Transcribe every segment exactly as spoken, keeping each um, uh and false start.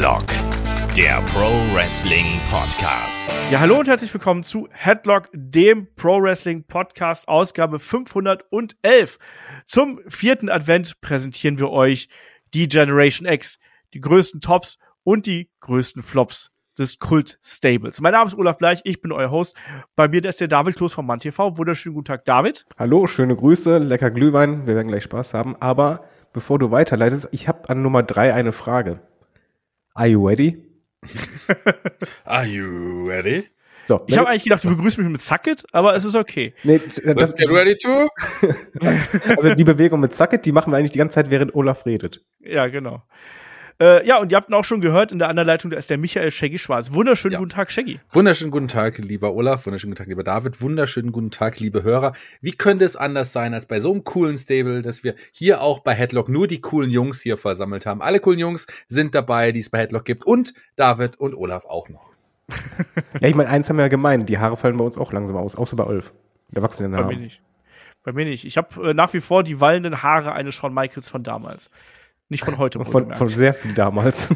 Headlock, der Pro Wrestling Podcast. Ja, hallo und herzlich willkommen zu Headlock, dem Pro Wrestling Podcast, Ausgabe fünfhundertelf. Zum vierten Advent präsentieren wir euch die Generation X, die größten Tops und die größten Flops des Kult-Stables. Mein Name ist Olaf Bleich, ich bin euer Host. Bei mir ist der David Kloß von MannTV. Wunderschönen guten Tag, David. Hallo, schöne Grüße, lecker Glühwein, wir werden gleich Spaß haben. Aber bevor du weiterleitest, ich habe an Nummer drei eine Frage. Are you ready? Are you ready? So, ich habe eigentlich gedacht, du begrüßt mich mit Suck It, aber es ist okay. Nee, das, Let's get ready to? Also die Bewegung mit Suck It, die machen wir eigentlich die ganze Zeit, während Olaf redet. Ja, genau. Äh, ja, und ihr habt ihn auch schon gehört, in der anderen Leitung, da ist der Michael Shaggy Schwarz. Wunderschönen Ja. guten Tag, Shaggy. Wunderschönen guten Tag, lieber Olaf. Wunderschönen guten Tag, lieber David. Wunderschönen guten Tag, liebe Hörer. Wie könnte es anders sein, als bei so einem coolen Stable, dass wir hier auch bei Headlock nur die coolen Jungs hier versammelt haben. Alle coolen Jungs sind dabei, die es bei Headlock gibt. Und David und Olaf auch noch. Ja, ich meine, eins haben wir ja gemein, die Haare fallen bei uns auch langsam aus, außer bei Ulf. Der wachsenden Bei Haare. mir nicht. Bei mir nicht. Ich habe äh, nach wie vor die wallenden Haare eines Shawn Michaels von damals. Nicht von heute. Von, von sehr viel damals.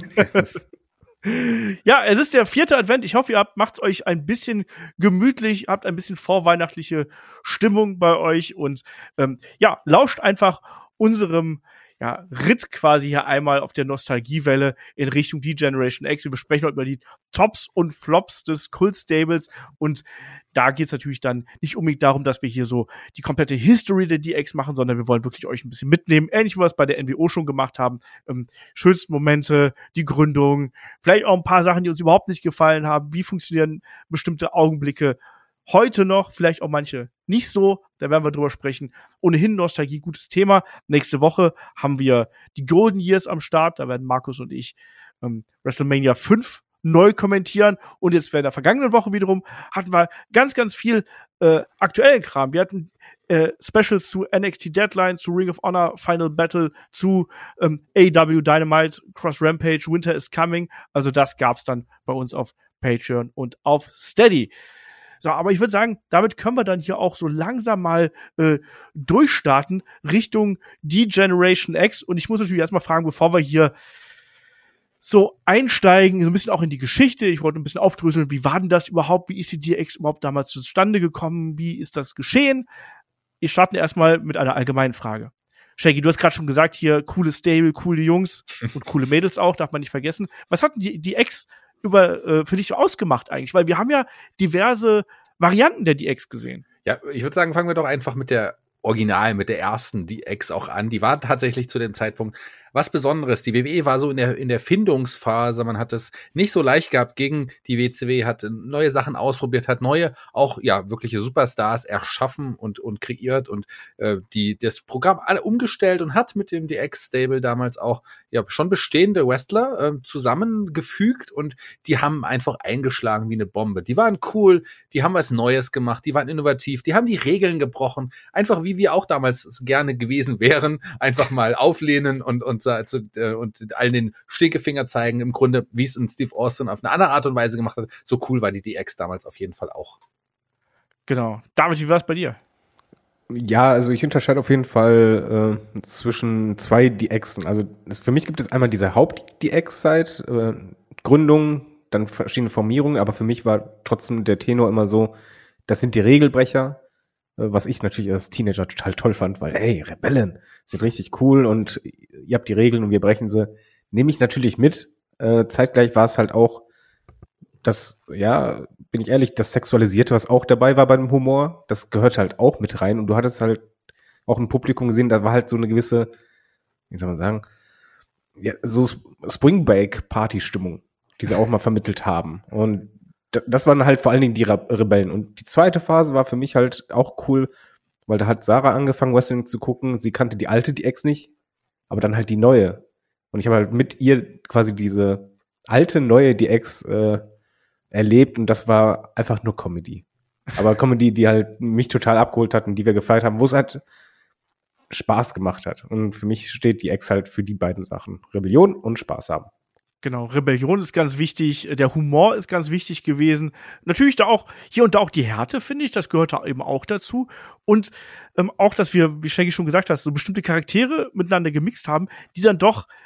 Ja, es ist der vierte Advent. Ich hoffe, ihr habt, macht's euch ein bisschen gemütlich, habt ein bisschen vorweihnachtliche Stimmung bei euch und ähm, ja, lauscht einfach unserem ja, Ritt quasi hier einmal auf der Nostalgiewelle in Richtung die Generation X. Wir besprechen heute über die Tops und Flops des Kult-Stables und da geht's natürlich dann nicht unbedingt darum, dass wir hier so die komplette History der D X machen, sondern wir wollen wirklich euch ein bisschen mitnehmen. Ähnlich wie wir es bei der N W O schon gemacht haben. Ähm, schönsten Momente, die Gründung, vielleicht auch ein paar Sachen, die uns überhaupt nicht gefallen haben. Wie funktionieren bestimmte Augenblicke heute noch? Vielleicht auch manche nicht so. Da werden wir drüber sprechen. Ohnehin Nostalgie, gutes Thema. Nächste Woche haben wir die Golden Years am Start. Da werden Markus und ich ähm, WrestleMania fünf neu kommentieren. Und jetzt in der vergangenen Woche wiederum hatten wir ganz, ganz viel äh, aktuellen Kram. Wir hatten äh, Specials zu N X T Deadline, zu Ring of Honor Final Battle, zu ähm, A E W Dynamite, Cross Rampage, Winter is Coming. Also das gab's dann bei uns auf Patreon und auf Steady. So, aber ich würde sagen, damit können wir dann hier auch so langsam mal äh, durchstarten Richtung die Generation X. Und ich muss natürlich erstmal fragen, bevor wir hier so einsteigen, so ein bisschen auch in die Geschichte. Ich wollte ein bisschen aufdröseln, wie war denn das überhaupt? Wie ist die D X überhaupt damals zustande gekommen? Wie ist das geschehen? Wir starten erstmal mit einer allgemeinen Frage. Shaggy, du hast gerade schon gesagt, hier coole Stable, coole Jungs und coole Mädels auch, darf man nicht vergessen. Was hat denn die, die X über äh, für dich so ausgemacht eigentlich? Weil wir haben ja diverse Varianten der D X gesehen. Ja, ich würde sagen, fangen wir doch einfach mit der Original, mit der ersten D X auch an. Die war tatsächlich zu dem Zeitpunkt was Besonderes. Die W W E war so in der, in der Findungsphase. Man hat es nicht so leicht gehabt gegen die W C W, hat neue Sachen ausprobiert, hat neue, auch, ja, wirkliche Superstars erschaffen und, und kreiert und äh, die, das Programm alle umgestellt und hat mit dem D X-Stable damals auch, ja, schon bestehende Wrestler äh, zusammengefügt und die haben einfach eingeschlagen wie eine Bombe. Die waren cool, die haben was Neues gemacht, die waren innovativ, die haben die Regeln gebrochen, einfach wie wir auch damals gerne gewesen wären, einfach mal auflehnen und, und Also, äh, und allen den Stinkefinger zeigen, im Grunde, wie es ein Steve Austin auf eine andere Art und Weise gemacht hat. So cool war die D X damals auf jeden Fall auch. Genau. David, wie war es bei dir? Ja, also ich unterscheide auf jeden Fall äh, zwischen zwei D Xen. Also es, für mich gibt es einmal diese Haupt-D X-Zeit, äh, Gründung, dann verschiedene Formierungen, aber für mich war trotzdem der Tenor immer so, das sind die Regelbrecher, was ich natürlich als Teenager total toll fand, weil, hey, Rebellen sind richtig cool und ihr habt die Regeln und wir brechen sie. Nehme ich natürlich mit. Äh, zeitgleich war es halt auch das, ja, bin ich ehrlich, das Sexualisierte, was auch dabei war beim Humor, das gehört halt auch mit rein. Und du hattest halt auch im Publikum gesehen, da war halt so eine gewisse, wie soll man sagen, ja, so Spring Break Party-Stimmung, die sie auch mal vermittelt haben. Und das waren halt vor allen Dingen die Rebellen. Und die zweite Phase war für mich halt auch cool, weil da hat Sarah angefangen, Wrestling zu gucken. Sie kannte die alte D X nicht, aber dann halt die neue. Und ich habe halt mit ihr quasi diese alte, neue D X äh, erlebt und das war einfach nur Comedy. Aber Comedy, die halt mich total abgeholt hat und die wir gefeiert haben, wo es halt Spaß gemacht hat. Und für mich steht die X halt für die beiden Sachen. Rebellion und Spaß haben. Genau, Rebellion ist ganz wichtig, der Humor ist ganz wichtig gewesen. Natürlich da auch, hier und da auch die Härte, finde ich, das gehört da eben auch dazu. Und ähm, auch, dass wir, wie Shaggy schon gesagt hat, so bestimmte Charaktere miteinander gemixt haben, die dann doch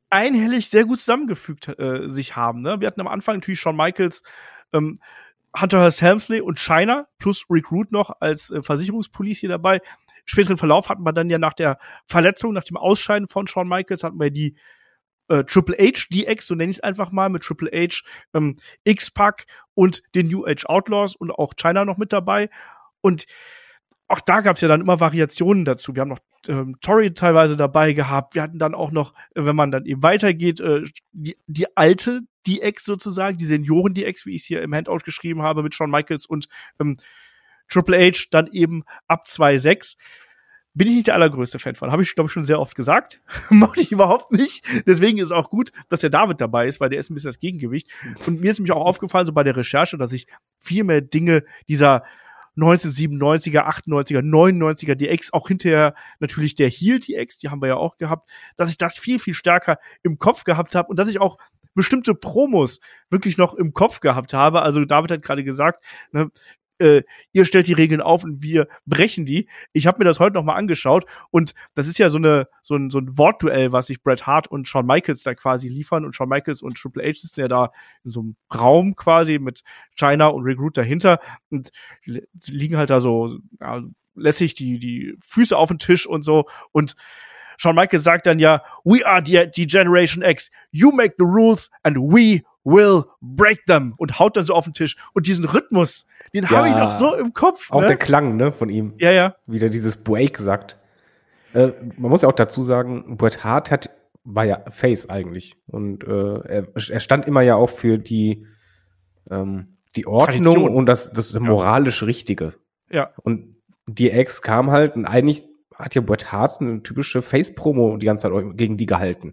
einhellig sehr gut zusammengefügt äh, sich haben. Ne? Wir hatten am Anfang natürlich Shawn Michaels, ähm, Hunter Hearst Helmsley und Chyna plus Recruit noch als äh, Versicherungspolice hier dabei. Späteren Verlauf hatten wir dann ja nach der Verletzung, nach dem Ausscheiden von Shawn Michaels, hatten wir die äh, Triple H D X, so nenne ich es einfach mal, mit Triple H, ähm, X-Pac und den New Age Outlaws und auch Chyna noch mit dabei. Und auch da gab es ja dann immer Variationen dazu. Wir haben noch ähm, Tori teilweise dabei gehabt. Wir hatten dann auch noch, äh, wenn man dann eben weitergeht, äh, die, die alte D X sozusagen, die Senioren-D X, wie ich es hier im Handout geschrieben habe, mit Shawn Michaels und ähm, Triple H, dann eben ab zwei Komma sechs. Bin ich nicht der allergrößte Fan von. Habe ich, glaube ich, schon sehr oft gesagt. Mochte ich überhaupt nicht. Deswegen ist es auch gut, dass der David dabei ist, weil der ist ein bisschen das Gegengewicht. Und mir ist nämlich auch aufgefallen, so bei der Recherche, dass ich viel mehr Dinge dieser neunzehnhundertsiebenundneunziger, achtundneunziger, neunundneunziger D X, auch hinterher natürlich der Heel-D X, die haben wir ja auch gehabt, dass ich das viel, viel stärker im Kopf gehabt habe und dass ich auch bestimmte Promos wirklich noch im Kopf gehabt habe. Also David hat gerade gesagt, ne, äh, ihr stellt die Regeln auf und wir brechen die. Ich habe mir das heute noch mal angeschaut und das ist ja so eine so ein, so ein Wortduell, was sich Bret Hart und Shawn Michaels da quasi liefern und Shawn Michaels und Triple H sind ja da in so einem Raum quasi mit Chyna und Recruit dahinter und sie liegen halt da so ja, lässig die die Füße auf den Tisch und so und Shawn Michaels sagt dann ja, we are the, the Generation X, you make the rules and we will break them und haut dann so auf den Tisch und diesen Rhythmus, den ja, habe ich noch so im Kopf. Auch ne? der Klang, ne, von ihm. Ja, ja. Wie der dieses Break sagt. Äh, man muss ja auch dazu sagen, Bret Hart hat, war ja Face eigentlich und äh, er, er stand immer ja auch für die ähm, die Ordnung Tradition. Und das, das moralisch Richtige. Ja. Und D X kam halt und eigentlich hat ja Bret Hart eine typische Face-Promo die ganze Zeit gegen die gehalten.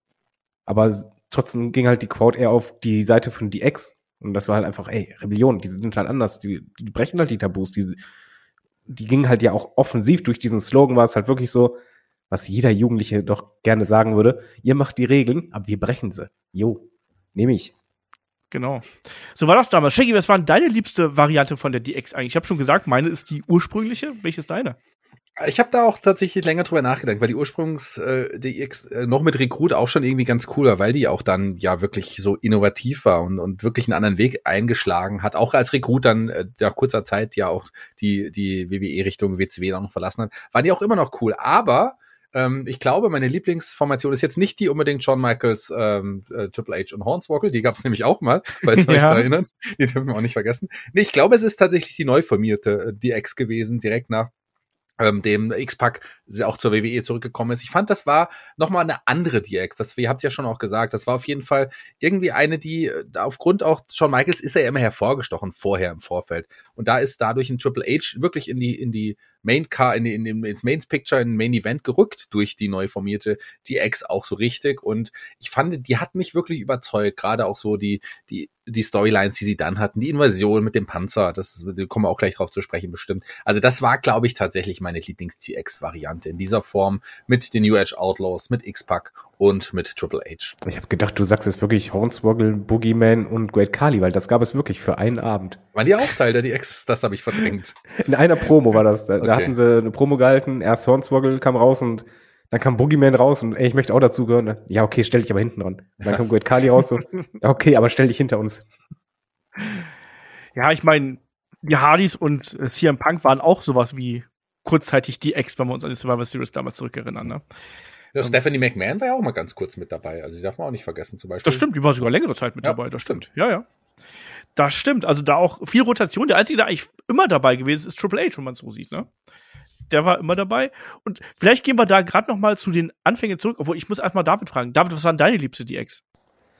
Aber trotzdem ging halt die Crowd eher auf die Seite von D X. Und das war halt einfach, ey, Rebellion, die sind halt anders, die, die brechen halt die Tabus, die, die gingen halt ja auch offensiv durch diesen Slogan, war es halt wirklich so, was jeder Jugendliche doch gerne sagen würde, ihr macht die Regeln, aber wir brechen sie. Jo, nehme ich. Genau. So war das damals. Shaggy, was war denn deine liebste Variante von der D X eigentlich? Ich habe schon gesagt, meine ist die ursprüngliche. Welche ist deine? Ich habe da auch tatsächlich länger drüber nachgedacht, weil die Ursprungs-D X äh, noch mit Recruit auch schon irgendwie ganz cool war, weil die auch dann ja wirklich so innovativ war und, und wirklich einen anderen Weg eingeschlagen hat. Auch als Recruit dann äh, nach kurzer Zeit ja auch die die W W E-Richtung W C W dann noch verlassen hat, waren die auch immer noch cool. Aber ähm, ich glaube, meine Lieblingsformation ist jetzt nicht die unbedingt Shawn Michaels, ähm, äh, Triple H und Hornswoggle, die gab es nämlich auch mal, falls ihr euch ja. da erinnert. Die dürfen wir auch nicht vergessen. Nee, ich glaube, es ist tatsächlich die neu formierte äh, D X gewesen, direkt nach Ähm, dem X-Pac auch zur W W E zurückgekommen ist. Ich fand, das war nochmal eine andere D X. Das, ihr habt es ja schon auch gesagt, das war auf jeden Fall irgendwie eine, die aufgrund auch Shawn Michaels ist er ja immer hervorgestochen vorher im Vorfeld. Und da ist dadurch ein Triple H wirklich in die in die Main Car, in, die, in den ins Main Picture, in den Main Event gerückt durch die neu formierte D X auch so richtig. Und ich fand, die hat mich wirklich überzeugt. Gerade auch so die die die Storylines, die sie dann hatten, die Invasion mit dem Panzer, das da kommen wir auch gleich drauf zu sprechen bestimmt. Also das war, glaube ich, tatsächlich meine Lieblings-D X-Variante in dieser Form mit den New Age Outlaws, mit X-Pac und mit Triple H. Ich habe gedacht, du sagst jetzt wirklich Hornswoggle, Boogeyman und Great Khali, weil das gab es wirklich für einen Abend. Waren die auch Teil der D X? Das habe ich verdrängt. In einer Promo war das. Da, okay. da hatten sie eine Promo gehalten, erst Hornswoggle kam raus und dann kam Boogeyman raus und ey, ich möchte auch dazugehören. Ja, okay, stell dich aber hinten dran. Dann kam Great Khali raus so, ja, okay, aber stell dich hinter uns. Ja, ich meine, die Hardys und äh, C M Punk waren auch sowas wie kurzzeitig D X, wenn wir uns an die Survivor Series damals zurückerinnern. Ne? Ja, um, Stephanie McMahon war ja auch mal ganz kurz mit dabei. Also die darf man auch nicht vergessen zum Beispiel. Das stimmt, die war sogar längere Zeit mit ja, dabei. Das stimmt. Ja, ja. Das stimmt. Also da auch viel Rotation. Der Einzige, der eigentlich immer dabei gewesen ist, ist Triple H, wenn man es so sieht. Ne? Der war immer dabei. Und vielleicht gehen wir da gerade noch mal zu den Anfängen zurück. Obwohl, ich muss erst mal David fragen. David, was war denn deine liebste D X?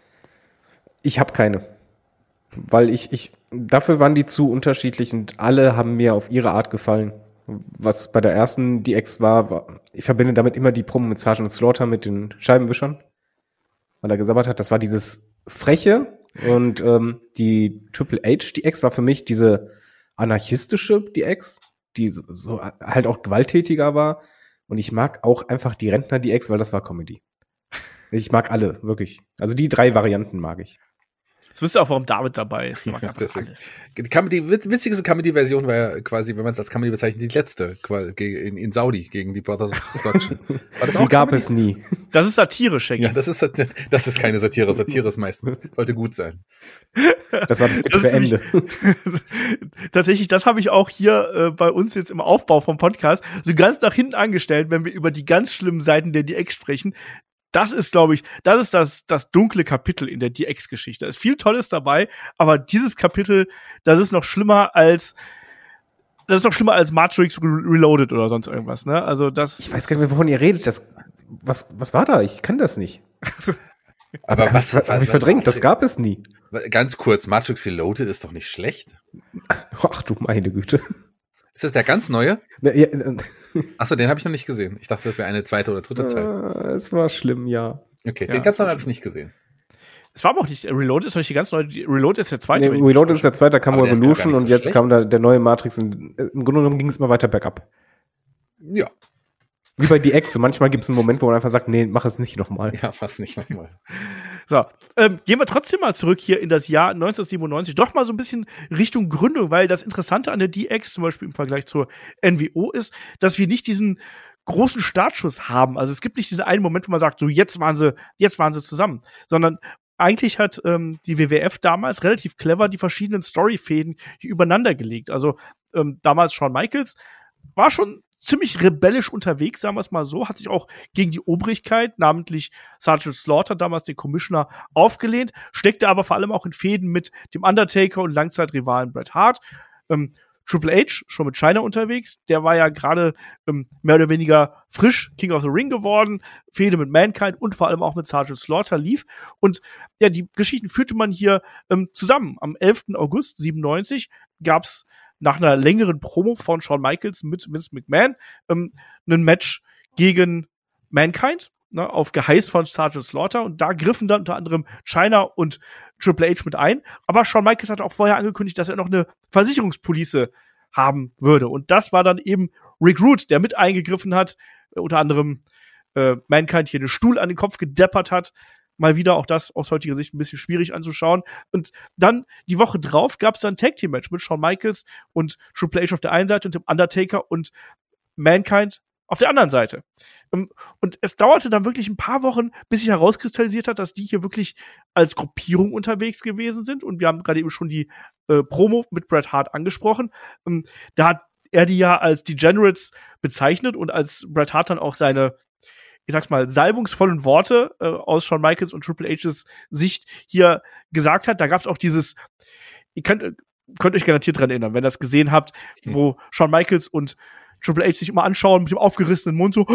Ich habe keine. Weil ich, ich, dafür waren die zu unterschiedlich und alle haben mir auf ihre Art gefallen. Was bei der ersten D X war, war ich verbinde damit immer die Promo mit Sergeant Slaughter mit den Scheibenwischern. Weil er gesabbert hat, das war dieses Freche und ähm, die Triple H D X war für mich diese anarchistische D X, die so, so halt auch gewalttätiger war. Und ich mag auch einfach die Rentner-D X, weil das war Comedy. Ich mag alle, wirklich. Also die drei Varianten mag ich. Jetzt wisst ihr auch, warum David dabei ist. Ja, deswegen. Die, Comedy, witzigste Comedy-Version war ja quasi, wenn man es als Comedy bezeichnet, die letzte in, in Saudi gegen die Brothers of Destruction. War das auch die gab Comedy? Es nie. Das ist Satire, Shaggy. Ja, das ist, das ist keine Satire. Satire ist meistens, sollte gut sein. Das war das für Ende. Tatsächlich, das habe ich auch hier äh, bei uns jetzt im Aufbau vom Podcast so ganz nach hinten angestellt, wenn wir über die ganz schlimmen Seiten der D X sprechen. Das ist, glaube ich, das ist das, das dunkle Kapitel in der D X-Geschichte. Da ist viel Tolles dabei, aber dieses Kapitel, das ist noch schlimmer als, das ist noch schlimmer als Matrix Reloaded oder sonst irgendwas, ne? Also das. Ich weiß gar nicht mehr, wovon ihr redet. Das, was, was war da? Ich kann das nicht. Aber was, was, hab ich verdrängt? Das gab es nie. Ganz kurz, Matrix Reloaded ist doch nicht schlecht. Ach du meine Güte. Ist das der ganz neue? Ja, ja, äh, Achso, den habe ich noch nicht gesehen. Ich dachte, das wäre eine zweite oder dritte Teil. Äh, es war schlimm, ja. Okay, ja, den ganz neuen habe ich nicht gesehen. Es war aber auch nicht, Reload ist noch nicht die ganz neue, Reload ist der zweite. Nee, Reload ist der zweite, da kam aber Revolution so und jetzt schlecht. kam da der neue Matrix. Und, äh, im Grunde genommen ging es immer weiter bergab. Ja. Wie bei D X, so manchmal gibt es einen Moment, wo man einfach sagt, nee, mach es nicht nochmal. Ja, mach's nicht nochmal. So, ähm, gehen wir trotzdem mal zurück hier in das Jahr neunzehnhundertsiebenundneunzig, doch mal so ein bisschen Richtung Gründung, weil das Interessante an der D X zum Beispiel im Vergleich zur N W O ist, dass wir nicht diesen großen Startschuss haben. Also es gibt nicht diesen einen Moment, wo man sagt, so jetzt waren sie, jetzt waren sie zusammen, sondern eigentlich hat ähm, die W W F damals relativ clever die verschiedenen Storyfäden hier übereinander gelegt. Also ähm, damals Shawn Michaels war schon ziemlich rebellisch unterwegs, sagen wir es mal so, hat sich auch gegen die Obrigkeit, namentlich Sergeant Slaughter, damals den Commissioner, aufgelehnt, steckte aber vor allem auch in Fäden mit dem Undertaker und Langzeitrivalen Bret Hart. Ähm, Triple H, schon mit China unterwegs, der war ja gerade ähm, mehr oder weniger frisch King of the Ring geworden, Fehde mit Mankind und vor allem auch mit Sergeant Slaughter lief. Und ja, die Geschichten führte man hier ähm, zusammen. Am elften August siebenundneunzig gab's nach einer längeren Promo von Shawn Michaels mit Vince McMahon ähm, ein Match gegen Mankind, ne, auf Geheiß von Sergeant Slaughter. Und da griffen dann unter anderem China und Triple H mit ein. Aber Shawn Michaels hatte auch vorher angekündigt, dass er noch eine Versicherungspolice haben würde. Und das war dann eben Rick Rude, der mit eingegriffen hat, äh, unter anderem äh, Mankind hier den Stuhl an den Kopf gedeppert hat. Mal wieder, auch das aus heutiger Sicht ein bisschen schwierig anzuschauen. Und dann die Woche drauf gab es dann ein Tag-Team-Match mit Shawn Michaels und Triple H auf der einen Seite und dem Undertaker und Mankind auf der anderen Seite. Und es dauerte dann wirklich ein paar Wochen, bis sich herauskristallisiert hat, dass die hier wirklich als Gruppierung unterwegs gewesen sind. Und wir haben gerade eben schon die äh, Promo mit Bret Hart angesprochen. Ähm, da hat er die ja als Degenerates bezeichnet und als Bret Hart dann auch seine, ich sag's mal, salbungsvollen Worte äh, aus Shawn Michaels und Triple H's Sicht hier gesagt hat. Da gab's auch dieses, ihr könnt, könnt euch garantiert dran erinnern, wenn ihr das gesehen habt, hm. wo Shawn Michaels und Triple H sich immer anschauen mit dem aufgerissenen Mund so.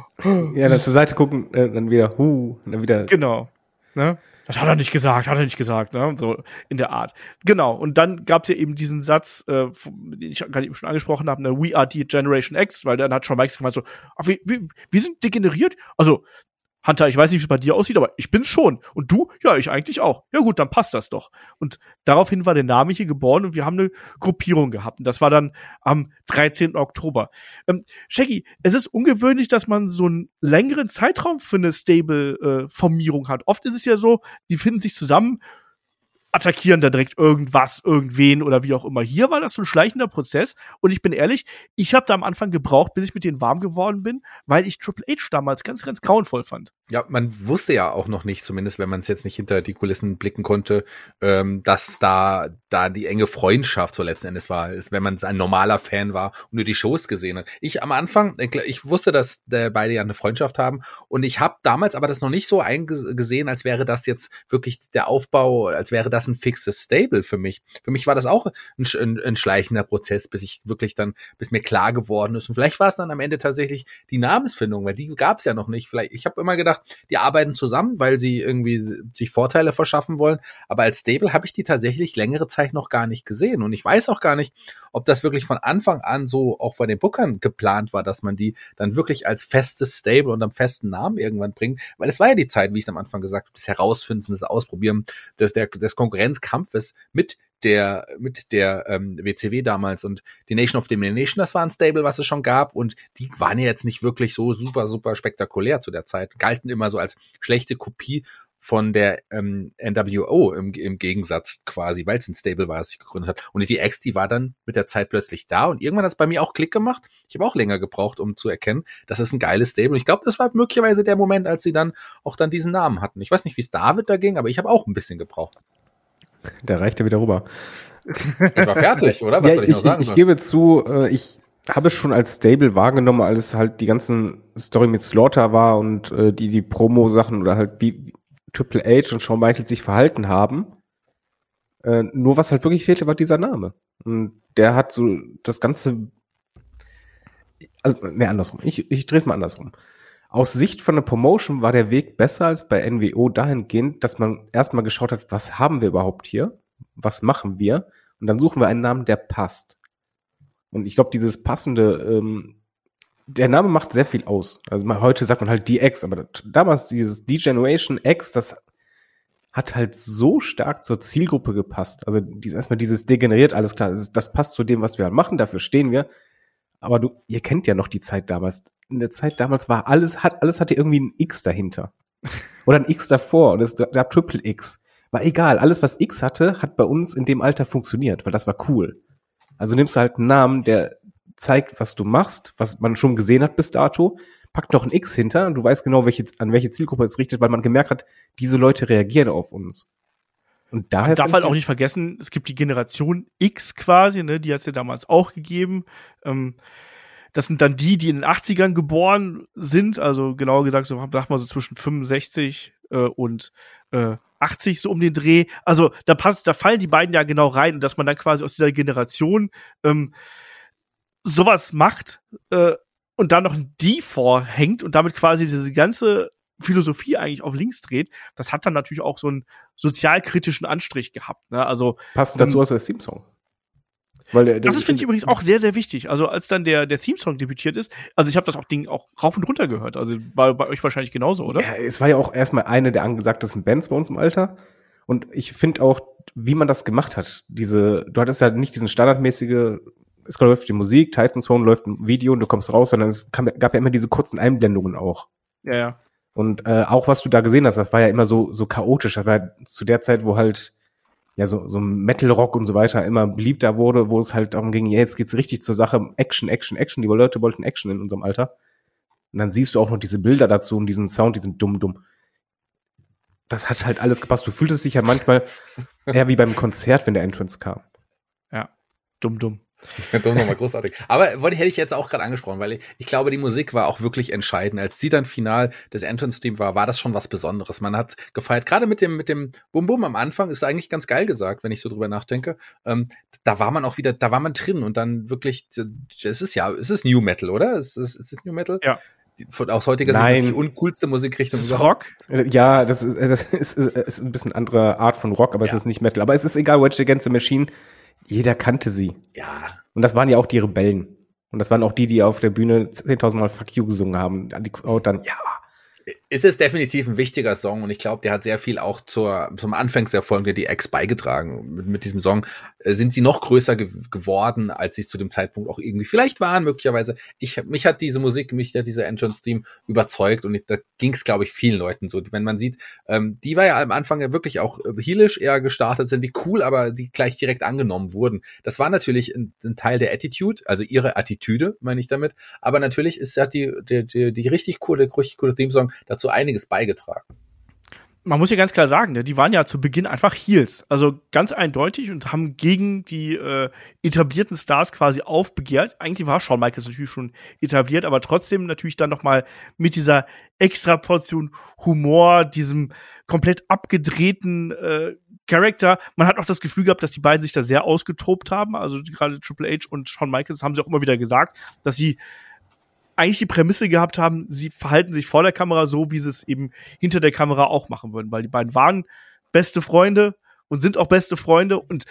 Ja, dann zur Seite gucken, äh, dann wieder, huh, dann wieder. Genau. Ne? Das hat er nicht gesagt, hat er nicht gesagt, ne? So in der Art. Genau. Und dann gab's ja eben diesen Satz, äh, den ich gerade eben schon angesprochen habe, ne, We are the Generation X, weil dann hat Shawn Michaels gemeint so, ach, wir, wir, wir sind degeneriert. Also, Hunter, ich weiß nicht, wie es bei dir aussieht, aber ich bin's schon. Und du? Ja, ich eigentlich auch. Ja gut, dann passt das doch. Und daraufhin war der Name hier geboren und wir haben eine Gruppierung gehabt. Und das war dann am dreizehnten Oktober. Ähm, Shaggy, es ist ungewöhnlich, dass man so einen längeren Zeitraum für eine Stable-Formierung äh, hat. Oft ist es ja so, die finden sich zusammen, attackieren da direkt irgendwas, irgendwen oder wie auch immer. Hier war das so ein schleichender Prozess und ich bin ehrlich, ich habe da am Anfang gebraucht, bis ich mit denen warm geworden bin, weil ich Triple H damals ganz, ganz grauenvoll fand. Ja, man wusste ja auch noch nicht, zumindest wenn man es jetzt nicht hinter die Kulissen blicken konnte, ähm, dass da da die enge Freundschaft so letzten Endes war, ist, wenn man ein normaler Fan war und nur die Shows gesehen hat. Ich am Anfang, ich wusste, dass äh, beide ja eine Freundschaft haben und ich habe damals aber das noch nicht so eingesehen, als wäre das jetzt wirklich der Aufbau, als wäre das ein fixes Stable für mich. Für mich war das auch ein, ein, ein schleichender Prozess, bis ich wirklich dann, bis mir klar geworden ist. Und vielleicht war es dann am Ende tatsächlich die Namensfindung, weil die gab es ja noch nicht. Vielleicht, ich habe immer gedacht, die arbeiten zusammen, weil sie irgendwie sich Vorteile verschaffen wollen. Aber als Stable habe ich die tatsächlich längere Zeit noch gar nicht gesehen. Und ich weiß auch gar nicht, ob das wirklich von Anfang an so auch von den Bookern geplant war, dass man die dann wirklich als festes Stable und am festen Namen irgendwann bringt. Weil es war ja die Zeit, wie ich es am Anfang gesagt habe, das Herausfinden, das Ausprobieren des, der, des Konkurrenzkampfes mit der mit der ähm, W C W damals und die Nation of Domination, das war ein Stable, was es schon gab und die waren ja jetzt nicht wirklich so super, super spektakulär zu der Zeit, galten immer so als schlechte Kopie von der ähm, N W O im, im Gegensatz quasi, weil es ein Stable war, das sich gegründet hat. Und die D X, die war dann mit der Zeit plötzlich da und irgendwann hat es bei mir auch Klick gemacht. Ich habe auch länger gebraucht, um zu erkennen, das ist ein geiles Stable. Und ich glaube, das war möglicherweise der Moment, als sie dann auch dann diesen Namen hatten. Ich weiß nicht, wie es David da ging, aber ich habe auch ein bisschen gebraucht. Der reicht ja wieder rüber. Ich war fertig, oder? Was ja, soll ich, ich, noch sagen? ich, ich gebe zu, äh, ich habe es schon als Stable wahrgenommen, als halt die ganzen Story mit Slaughter war und äh, die die Promo-Sachen oder halt wie, wie Triple H und Shawn Michaels sich verhalten haben. Äh, nur was halt wirklich fehlte, war dieser Name. Und der hat so das Ganze, also ne, andersrum. Ich, ich drehe es mal andersrum. Aus Sicht von der Promotion war der Weg besser als bei N W O dahingehend, dass man erstmal geschaut hat, was haben wir überhaupt hier? Was machen wir? Und dann suchen wir einen Namen, der passt. Und ich glaube, dieses passende, ähm, der Name macht sehr viel aus. Also man, heute sagt man halt D X, aber das, damals dieses D-Generation X, das hat halt so stark zur Zielgruppe gepasst. Also die, erstmal dieses degeneriert, alles klar, das, das passt zu dem, was wir halt machen, dafür stehen wir. Aber du, ihr kennt ja noch die Zeit damals. In der Zeit damals war alles, hat, alles hatte irgendwie ein X dahinter. Oder ein X davor. Und es gab Triple X. War egal. Alles, was X hatte, hat bei uns in dem Alter funktioniert, weil das war cool. Also nimmst du halt einen Namen, der zeigt, was du machst, was man schon gesehen hat bis dato, packt noch ein X hinter und du weißt genau, welche, an welche Zielgruppe es richtet, weil man gemerkt hat, diese Leute reagieren auf uns. Und daher man darf halt auch nicht vergessen, es gibt die Generation X quasi, ne, die hat es ja damals auch gegeben. Ähm, das sind dann die, die in den achtzigern geboren sind, also genauer gesagt, so sag mal so zwischen fünfundsechzig äh, und äh, achtzig, so um den Dreh. Also da passt, da fallen die beiden ja genau rein, und dass man dann quasi aus dieser Generation ähm, sowas macht äh, und dann noch ein D vorhängt und damit quasi diese ganze Philosophie eigentlich auf links dreht, das hat dann natürlich auch so einen sozialkritischen Anstrich gehabt. Ne? Also passt dazu aus der Theme-Song. Weil der, der das ist, finde ich, übrigens auch sehr, sehr wichtig. Also als dann der, der Theme-Song debütiert ist, also ich habe das auch Ding auch rauf und runter gehört. Also war bei euch wahrscheinlich genauso, oder? Ja, es war ja auch erstmal eine der angesagtesten Bands bei uns im Alter. Und ich finde auch, wie man das gemacht hat, diese, du hattest ja nicht diesen standardmäßige, es läuft die Musik, Titans Phone läuft ein Video und du kommst raus, sondern es kam, gab ja immer diese kurzen Einblendungen auch. Ja, ja. Und äh, auch was du da gesehen hast, das war ja immer so so chaotisch. Das war ja zu der Zeit, wo halt ja so so Metal-Rock und so weiter immer beliebter wurde, wo es halt darum ging, ja, jetzt geht's richtig zur Sache, Action, Action, Action. Die Leute wollten Action in unserem Alter. Und dann siehst du auch noch diese Bilder dazu und diesen Sound, diesen dumm-dumm. Das hat halt alles gepasst. Du fühltest dich ja manchmal eher wie beim Konzert, wenn der Entrance kam. Ja, dumm-dumm. Doch nochmal großartig. Aber wollte hätte ich jetzt auch gerade angesprochen, weil ich, ich glaube, die Musik war auch wirklich entscheidend. Als sie dann final des Entrance-Team war, war das schon was Besonderes. Man hat gefeiert, gerade mit dem mit dem Bum Bum am Anfang, ist eigentlich ganz geil gesagt, wenn ich so drüber nachdenke. Ähm, da war man auch wieder, da war man drin und dann wirklich, es ist ja, es ist New Metal, oder? Es ist, es ist New Metal? Ja. Von, aus heutiger Nein. Sicht die uncoolste Musikrichtung. Das ist Rock? Ja, das ist, das ist, ist ein bisschen andere Art von Rock, aber ja. Es ist nicht Metal. Aber es ist egal, Rage Against the Machine, jeder kannte sie. Ja. Und das waren ja auch die Rebellen. Und das waren auch die, die auf der Bühne zehntausend Mal Fuck You gesungen haben. Die Crowd dann, ja. Es ist definitiv ein wichtiger Song und ich glaube, der hat sehr viel auch zur, zum Anfangserfolg der D X beigetragen. Mit, mit diesem Song äh, sind sie noch größer ge- geworden, als sie zu dem Zeitpunkt auch irgendwie vielleicht waren, möglicherweise. Ich, mich hat diese Musik, mich hat dieser Entrance-Stream überzeugt und ich, da ging es, glaube ich, vielen Leuten so. Wenn man sieht, ähm, die war ja am Anfang ja wirklich auch heelisch eher gestartet sind, wie cool, aber die gleich direkt angenommen wurden. Das war natürlich ein, ein Teil der Attitude, also ihre Attitüde, meine ich damit. Aber natürlich ist hat die, die, die, die richtig coole, richtig coole Theme-Song dazu einiges beigetragen. Man muss ja ganz klar sagen, ne, die waren ja zu Beginn einfach Heels, also ganz eindeutig und haben gegen die äh, etablierten Stars quasi aufbegehrt. Eigentlich war Shawn Michaels natürlich schon etabliert, aber trotzdem natürlich dann noch mal mit dieser extra Portion Humor, diesem komplett abgedrehten äh, Charakter. Man hat auch das Gefühl gehabt, dass die beiden sich da sehr ausgetobt haben. Also gerade Triple H und Shawn Michaels haben sie auch immer wieder gesagt, dass sie eigentlich die Prämisse gehabt haben, sie verhalten sich vor der Kamera so, wie sie es eben hinter der Kamera auch machen würden, weil die beiden waren beste Freunde und sind auch beste Freunde und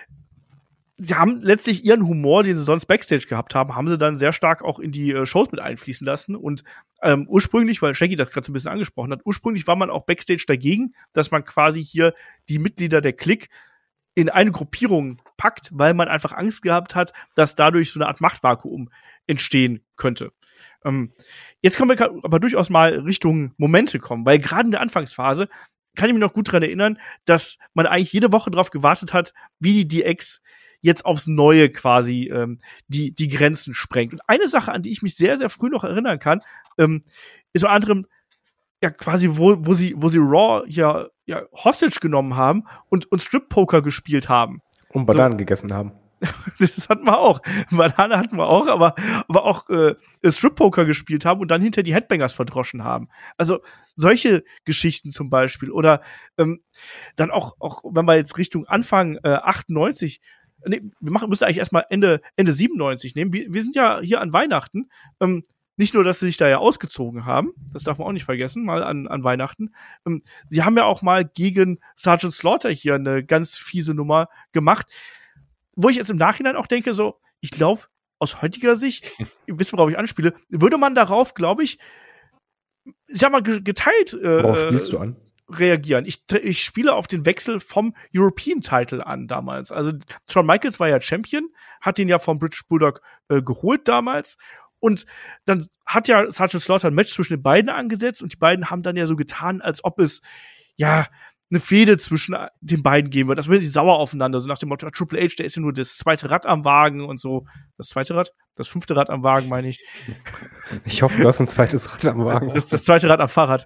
sie haben letztlich ihren Humor, den sie sonst Backstage gehabt haben, haben sie dann sehr stark auch in die äh, Shows mit einfließen lassen und ähm, ursprünglich, weil Shaggy das gerade so ein bisschen angesprochen hat, ursprünglich war man auch Backstage dagegen, dass man quasi hier die Mitglieder der Clique in eine Gruppierung packt, weil man einfach Angst gehabt hat, dass dadurch so eine Art Machtvakuum entstehen könnte. Ähm, jetzt können wir aber durchaus mal Richtung Momente kommen, weil gerade in der Anfangsphase kann ich mich noch gut dran erinnern, dass man eigentlich jede Woche darauf gewartet hat, wie die D X jetzt aufs Neue quasi ähm, die die Grenzen sprengt. Und eine Sache, an die ich mich sehr, sehr früh noch erinnern kann, ähm, ist unter anderem ja quasi, wo, wo sie wo sie Raw ja, ja Hostage genommen haben und, und Strip-Poker gespielt haben. Und Bananen so. gegessen haben. Das hatten wir auch. Banane hatten wir auch, aber, aber auch äh, Strip-Poker gespielt haben und dann hinter die Headbangers verdroschen haben. Also solche Geschichten zum Beispiel. Oder ähm, dann auch, auch, wenn wir jetzt Richtung Anfang äh, achtundneunzig, nee, wir machen, müssen eigentlich erstmal Ende, Ende siebenundneunzig nehmen. Wir, wir sind ja hier an Weihnachten. Ähm, nicht nur, dass sie sich da ja ausgezogen haben, das darf man auch nicht vergessen, mal an, an Weihnachten. Ähm, sie haben ja auch mal gegen Sergeant Slaughter hier eine ganz fiese Nummer gemacht. Wo ich jetzt im Nachhinein auch denke, so, ich glaube, aus heutiger Sicht, ihr wisst, worauf ich anspiele, würde man darauf, glaube ich, ich sag mal, geteilt äh, Worauf spielst du an? reagieren. Ich, ich spiele auf den Wechsel vom European Title an damals. Also Shawn Michaels war ja Champion, hat den ja vom British Bulldog äh, geholt damals. Und dann hat ja Sergeant Slaughter ein Match zwischen den beiden angesetzt und die beiden haben dann ja so getan, als ob es, ja, eine Fehde zwischen den beiden geben wird. Das wird die sauer aufeinander. So nach dem Motto, Triple H, der ist ja nur das zweite Rad am Wagen und so. Das zweite Rad? Das fünfte Rad am Wagen, meine ich. Ich hoffe, du hast ein zweites Rad am Wagen. Das, das zweite Rad am Fahrrad.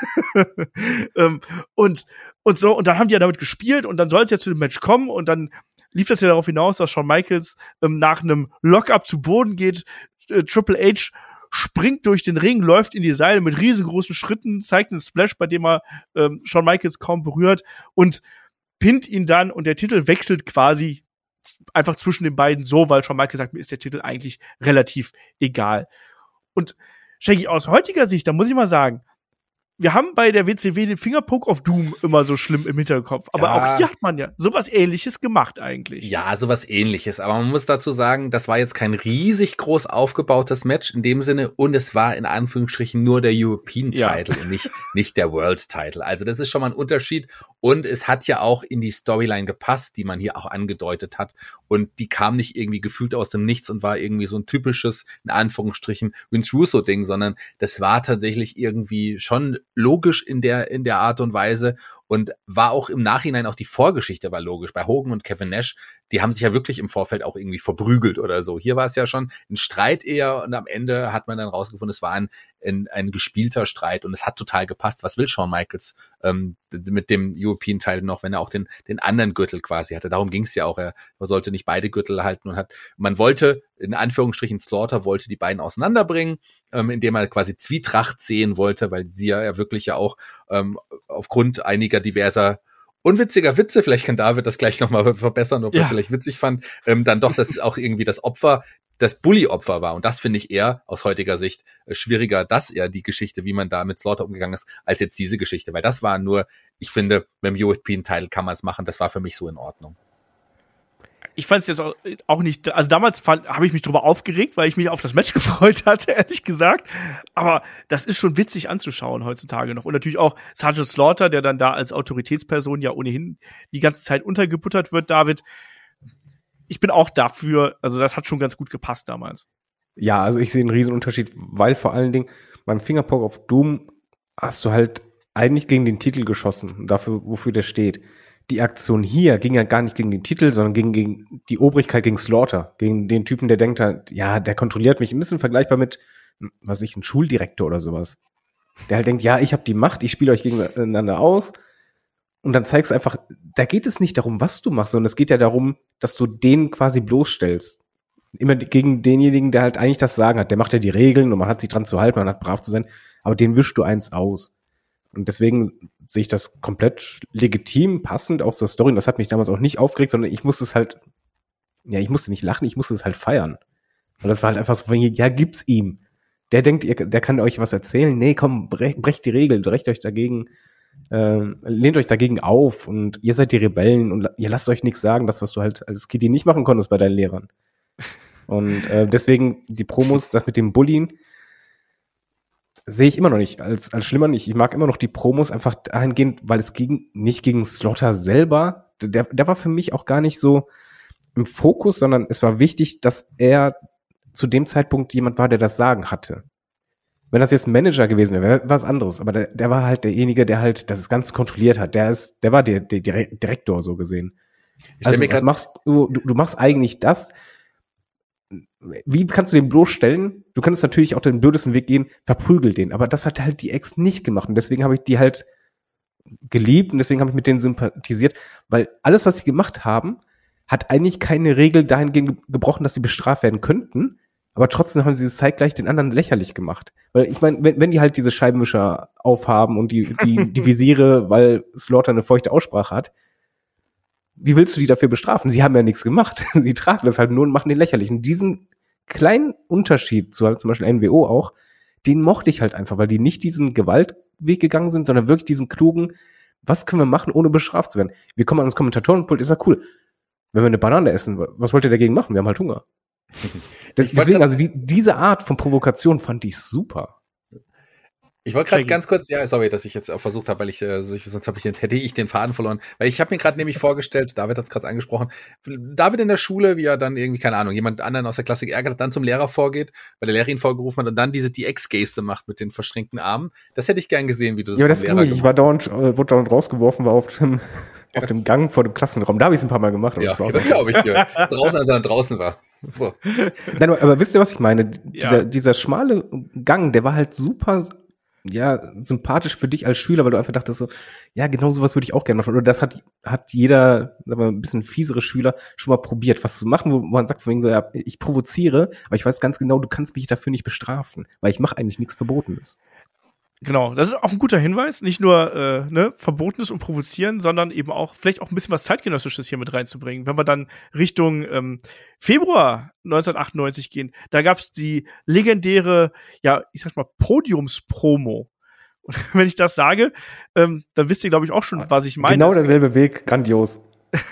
ähm, und, und so, und dann haben die ja damit gespielt und dann soll es ja zu dem Match kommen und dann lief das ja darauf hinaus, dass Shawn Michaels ähm, nach einem Lock-up zu Boden geht, äh, Triple H springt durch den Ring, läuft in die Seile mit riesengroßen Schritten, zeigt einen Splash, bei dem er ähm, Shawn Michaels kaum berührt und pinnt ihn dann und der Titel wechselt quasi einfach zwischen den beiden so, weil Shawn Michaels sagt, mir ist der Titel eigentlich relativ egal. Und Shaggy, aus heutiger Sicht, da muss ich mal sagen, wir haben bei der W C W den Fingerpoke of Doom immer so schlimm im Hinterkopf. Aber ja. auch hier hat man ja sowas Ähnliches gemacht eigentlich. Ja, sowas Ähnliches. Aber man muss dazu sagen, das war jetzt kein riesig groß aufgebautes Match in dem Sinne. Und es war in Anführungsstrichen nur der European Title ja. und nicht, nicht der World Title. Also das ist schon mal ein Unterschied. Und es hat ja auch in die Storyline gepasst, die man hier auch angedeutet hat. Und die kam nicht irgendwie gefühlt aus dem Nichts und war irgendwie so ein typisches, in Anführungsstrichen, Vince Russo-Ding, sondern das war tatsächlich irgendwie schon logisch in der, in der Art und Weise und war auch im Nachhinein auch die Vorgeschichte war logisch. Bei Hogan und Kevin Nash, die haben sich ja wirklich im Vorfeld auch irgendwie verprügelt oder so. Hier war es ja schon ein Streit eher und am Ende hat man dann rausgefunden, es war ein, ein, ein gespielter Streit und es hat total gepasst. Was will Shawn Michaels ähm, mit dem European-Teil noch, wenn er auch den, den anderen Gürtel quasi hatte? Darum ging es ja auch. Er sollte nicht beide Gürtel halten und hat, man wollte, in Anführungsstrichen, Slaughter wollte die beiden auseinanderbringen, ähm, indem er quasi Zwietracht sehen wollte, weil sie ja, ja wirklich ja auch ähm, aufgrund einiger diverser unwitziger Witze, vielleicht kann David das gleich nochmal verbessern, ob er ja. es vielleicht witzig fand, ähm, dann doch, dass auch irgendwie das Opfer, das Bully-Opfer war. Und das finde ich eher aus heutiger Sicht äh, schwieriger, dass eher die Geschichte, wie man da mit Slaughter umgegangen ist, als jetzt diese Geschichte. Weil das war nur, ich finde, beim European-Title kann man es machen, das war für mich so in Ordnung. Ich fand es jetzt auch, auch nicht, also damals habe ich mich drüber aufgeregt, weil ich mich auf das Match gefreut hatte, ehrlich gesagt. Aber das ist schon witzig anzuschauen heutzutage noch. Und natürlich auch Sergeant Slaughter, der dann da als Autoritätsperson ja ohnehin die ganze Zeit untergebuttert wird, David. Ich bin auch dafür, also das hat schon ganz gut gepasst damals. Ja, also ich sehe einen riesen Unterschied, weil vor allen Dingen beim Fingerpoke of Doom hast du halt eigentlich gegen den Titel geschossen, dafür, wofür der steht. Die Aktion hier ging ja gar nicht gegen den Titel, sondern gegen, gegen die Obrigkeit, gegen Slaughter, gegen den Typen, der denkt halt, ja, der kontrolliert mich, ein bisschen vergleichbar mit, was weiß ich, ein Schuldirektor oder sowas. Der halt denkt, ja, ich habe die Macht, ich spiele euch gegeneinander aus und dann zeigst du einfach, da geht es nicht darum, was du machst, sondern es geht ja darum, dass du den quasi bloßstellst. Immer gegen denjenigen, der halt eigentlich das Sagen hat. Der macht ja die Regeln und man hat sich dran zu halten, man hat brav zu sein, aber den wischst du eins aus. Und deswegen sehe ich das komplett legitim, passend, auch zur Story. Und das hat mich damals auch nicht aufgeregt, sondern ich musste es halt, ja, ich musste nicht lachen, ich musste es halt feiern. Und das war halt einfach so, ja, gib's ihm. Der denkt, ihr, der kann euch was erzählen. Nee, komm, brecht, brecht die Regeln, brecht euch dagegen, äh, lehnt euch dagegen auf und ihr seid die Rebellen und ihr lasst euch nichts sagen, das, was du halt als Kitty nicht machen konntest bei deinen Lehrern. Und äh, deswegen die Promos, das mit dem Bullien, sehe ich immer noch nicht als, als schlimmer nicht. Ich mag immer noch die Promos einfach dahingehend, weil es ging nicht gegen Slaughter selber. Der, der war für mich auch gar nicht so im Fokus, sondern es war wichtig, dass er zu dem Zeitpunkt jemand war, der das Sagen hatte. Wenn das jetzt ein Manager gewesen wäre, wäre was anderes. Aber der, der war halt derjenige, der halt das Ganze kontrolliert hat. Der ist, der war der, der Direktor so gesehen. Ich Also mir was machst du, du? Du machst eigentlich das. Wie kannst du den bloßstellen? Du könntest natürlich auch den blödesten Weg gehen, verprügel den. Aber das hat halt die Ex nicht gemacht. Und deswegen habe ich die halt geliebt und deswegen habe ich mit denen sympathisiert. Weil alles, was sie gemacht haben, hat eigentlich keine Regel dahingehend gebrochen, dass sie bestraft werden könnten. Aber trotzdem haben sie es zeitgleich den anderen lächerlich gemacht. Weil ich meine, wenn, wenn die halt diese Scheibenwischer aufhaben und die, die, die Visiere, weil Slaughter eine feuchte Aussprache hat, wie willst du die dafür bestrafen? Sie haben ja nichts gemacht. Sie tragen das halt nur und machen den lächerlich. Und diesen kleinen Unterschied zu halt zum Beispiel N W O auch, den mochte ich halt einfach, weil die nicht diesen Gewaltweg gegangen sind, sondern wirklich diesen klugen, was können wir machen, ohne bestraft zu werden? Wir kommen an das Kommentatorenpult, ist ja cool. Wenn wir eine Banane essen, was wollt ihr dagegen machen? Wir haben halt Hunger. Das, deswegen, also die, diese Art von Provokation fand ich super. Ich wollte gerade ganz kurz, ja, sorry, dass ich jetzt auch versucht habe, weil ich, äh, sonst hab ich den, hätte ich den Faden verloren. Weil ich habe mir gerade nämlich vorgestellt, David hat es gerade angesprochen, David in der Schule, wie er dann irgendwie, keine Ahnung, jemand anderen aus der Klasse geärgert hat, dann zum Lehrer vorgeht, weil der Lehrer ihn vorgerufen hat und dann diese die Ex-Geste macht mit den verschränkten Armen. Das hätte ich gern gesehen, wie du das Ja, aber das ging Lehrer nicht. Ich war dauernd, äh, wurde dauernd rausgeworfen, war auf dem, auf dem Gang vor dem Klassenraum. Da habe ich es ein paar Mal gemacht. Aber ja, das, war das glaube ich dir. Draußen, als er draußen war. So. Nein, aber wisst ihr, was ich meine? Dieser, Ja. dieser schmale Gang, der war halt super, ja, sympathisch für dich als Schüler, weil du einfach dachtest so, ja, genau sowas würde ich auch gerne machen. Oder das hat, hat jeder, sagen wir mal, ein bisschen fiesere Schüler schon mal probiert, was zu machen, wo man sagt von wegen so, ja, ich provoziere, aber ich weiß ganz genau, du kannst mich dafür nicht bestrafen, weil ich mache eigentlich nichts Verbotenes. Genau, das ist auch ein guter Hinweis. Nicht nur äh, ne, Verbotenes und Provozieren, sondern eben auch vielleicht auch ein bisschen was Zeitgenössisches hier mit reinzubringen. Wenn wir dann Richtung ähm, Februar neunzehnhundertachtundneunzig gehen, da gab's die legendäre, ja, ich sag mal, Podiumspromo. Und wenn ich das sage, ähm, dann wisst ihr, glaube ich, auch schon, was ich meine. Genau derselbe Weg, grandios.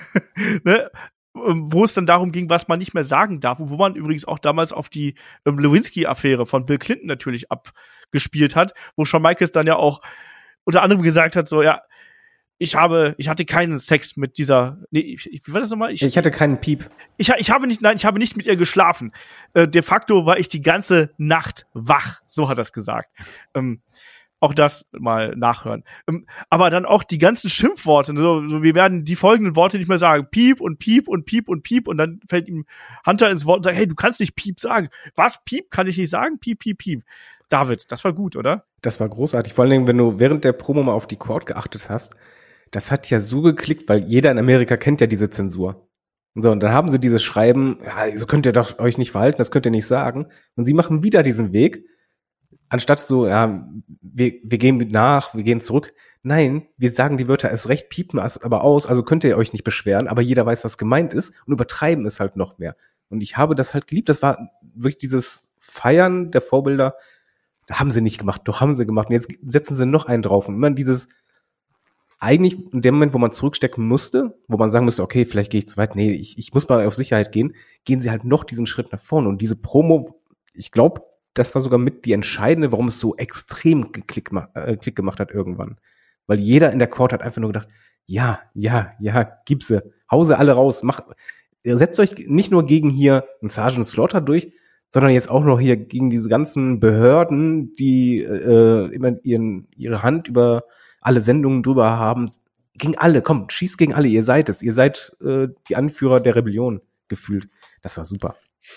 Ne? Wo es dann darum ging, was man nicht mehr sagen darf, und wo man übrigens auch damals auf die ähm, Lewinsky-Affäre von Bill Clinton natürlich abgespielt hat, wo Shawn Michaels dann ja auch unter anderem gesagt hat, so, ja, ich habe, ich hatte keinen Sex mit dieser, nee, ich, wie war das nochmal? Ich, Ich hatte keinen Piep. ich, ich habe nicht, nein, ich habe nicht mit ihr geschlafen. Äh, de facto war ich die ganze Nacht wach, so hat er es gesagt. Ähm, Auch das mal nachhören. Ähm, aber dann auch die ganzen Schimpfworte. So, so, wir werden die folgenden Worte nicht mehr sagen. Piep und Piep und Piep und Piep. Und dann fällt ihm Hunter ins Wort und sagt, hey, du kannst nicht Piep sagen. Was? Piep kann ich nicht sagen? Piep, Piep, Piep. David, das war gut, oder? Das war großartig. Vor allen Dingen, wenn du während der Promo mal auf die Chord geachtet hast, das hat ja so geklickt, weil jeder in Amerika kennt ja diese Zensur. Und so, und dann haben sie dieses Schreiben, ja, so könnt ihr doch euch nicht verhalten, das könnt ihr nicht sagen. Und sie machen wieder diesen Weg, anstatt so, ja, wir, wir gehen nach, wir gehen zurück. Nein, wir sagen die Wörter erst recht, piepen es aber aus, also könnt ihr euch nicht beschweren, aber jeder weiß, was gemeint ist und übertreiben es halt noch mehr. Und ich habe das halt geliebt. Das war wirklich dieses Feiern der Vorbilder. Da haben sie nicht gemacht, doch haben sie gemacht. Und jetzt setzen sie noch einen drauf. Und immer dieses, eigentlich in dem Moment, wo man zurückstecken musste, wo man sagen musste, okay, vielleicht gehe ich zu weit, nee, ich, ich muss mal auf Sicherheit gehen, gehen sie halt noch diesen Schritt nach vorne. Und diese Promo, ich glaube, das war sogar mit die entscheidende, warum es so extrem geklick, äh, Klick gemacht hat irgendwann. Weil jeder in der Court hat einfach nur gedacht, ja, ja, ja, gib sie, hau sie alle raus, mach, setzt euch nicht nur gegen hier einen Sergeant Slaughter durch, sondern jetzt auch noch hier gegen diese ganzen Behörden, die äh, immer ihren, ihre Hand über alle Sendungen drüber haben. Gegen alle, komm, schießt gegen alle, ihr seid es, ihr seid äh, die Anführer der Rebellion gefühlt. Das war super.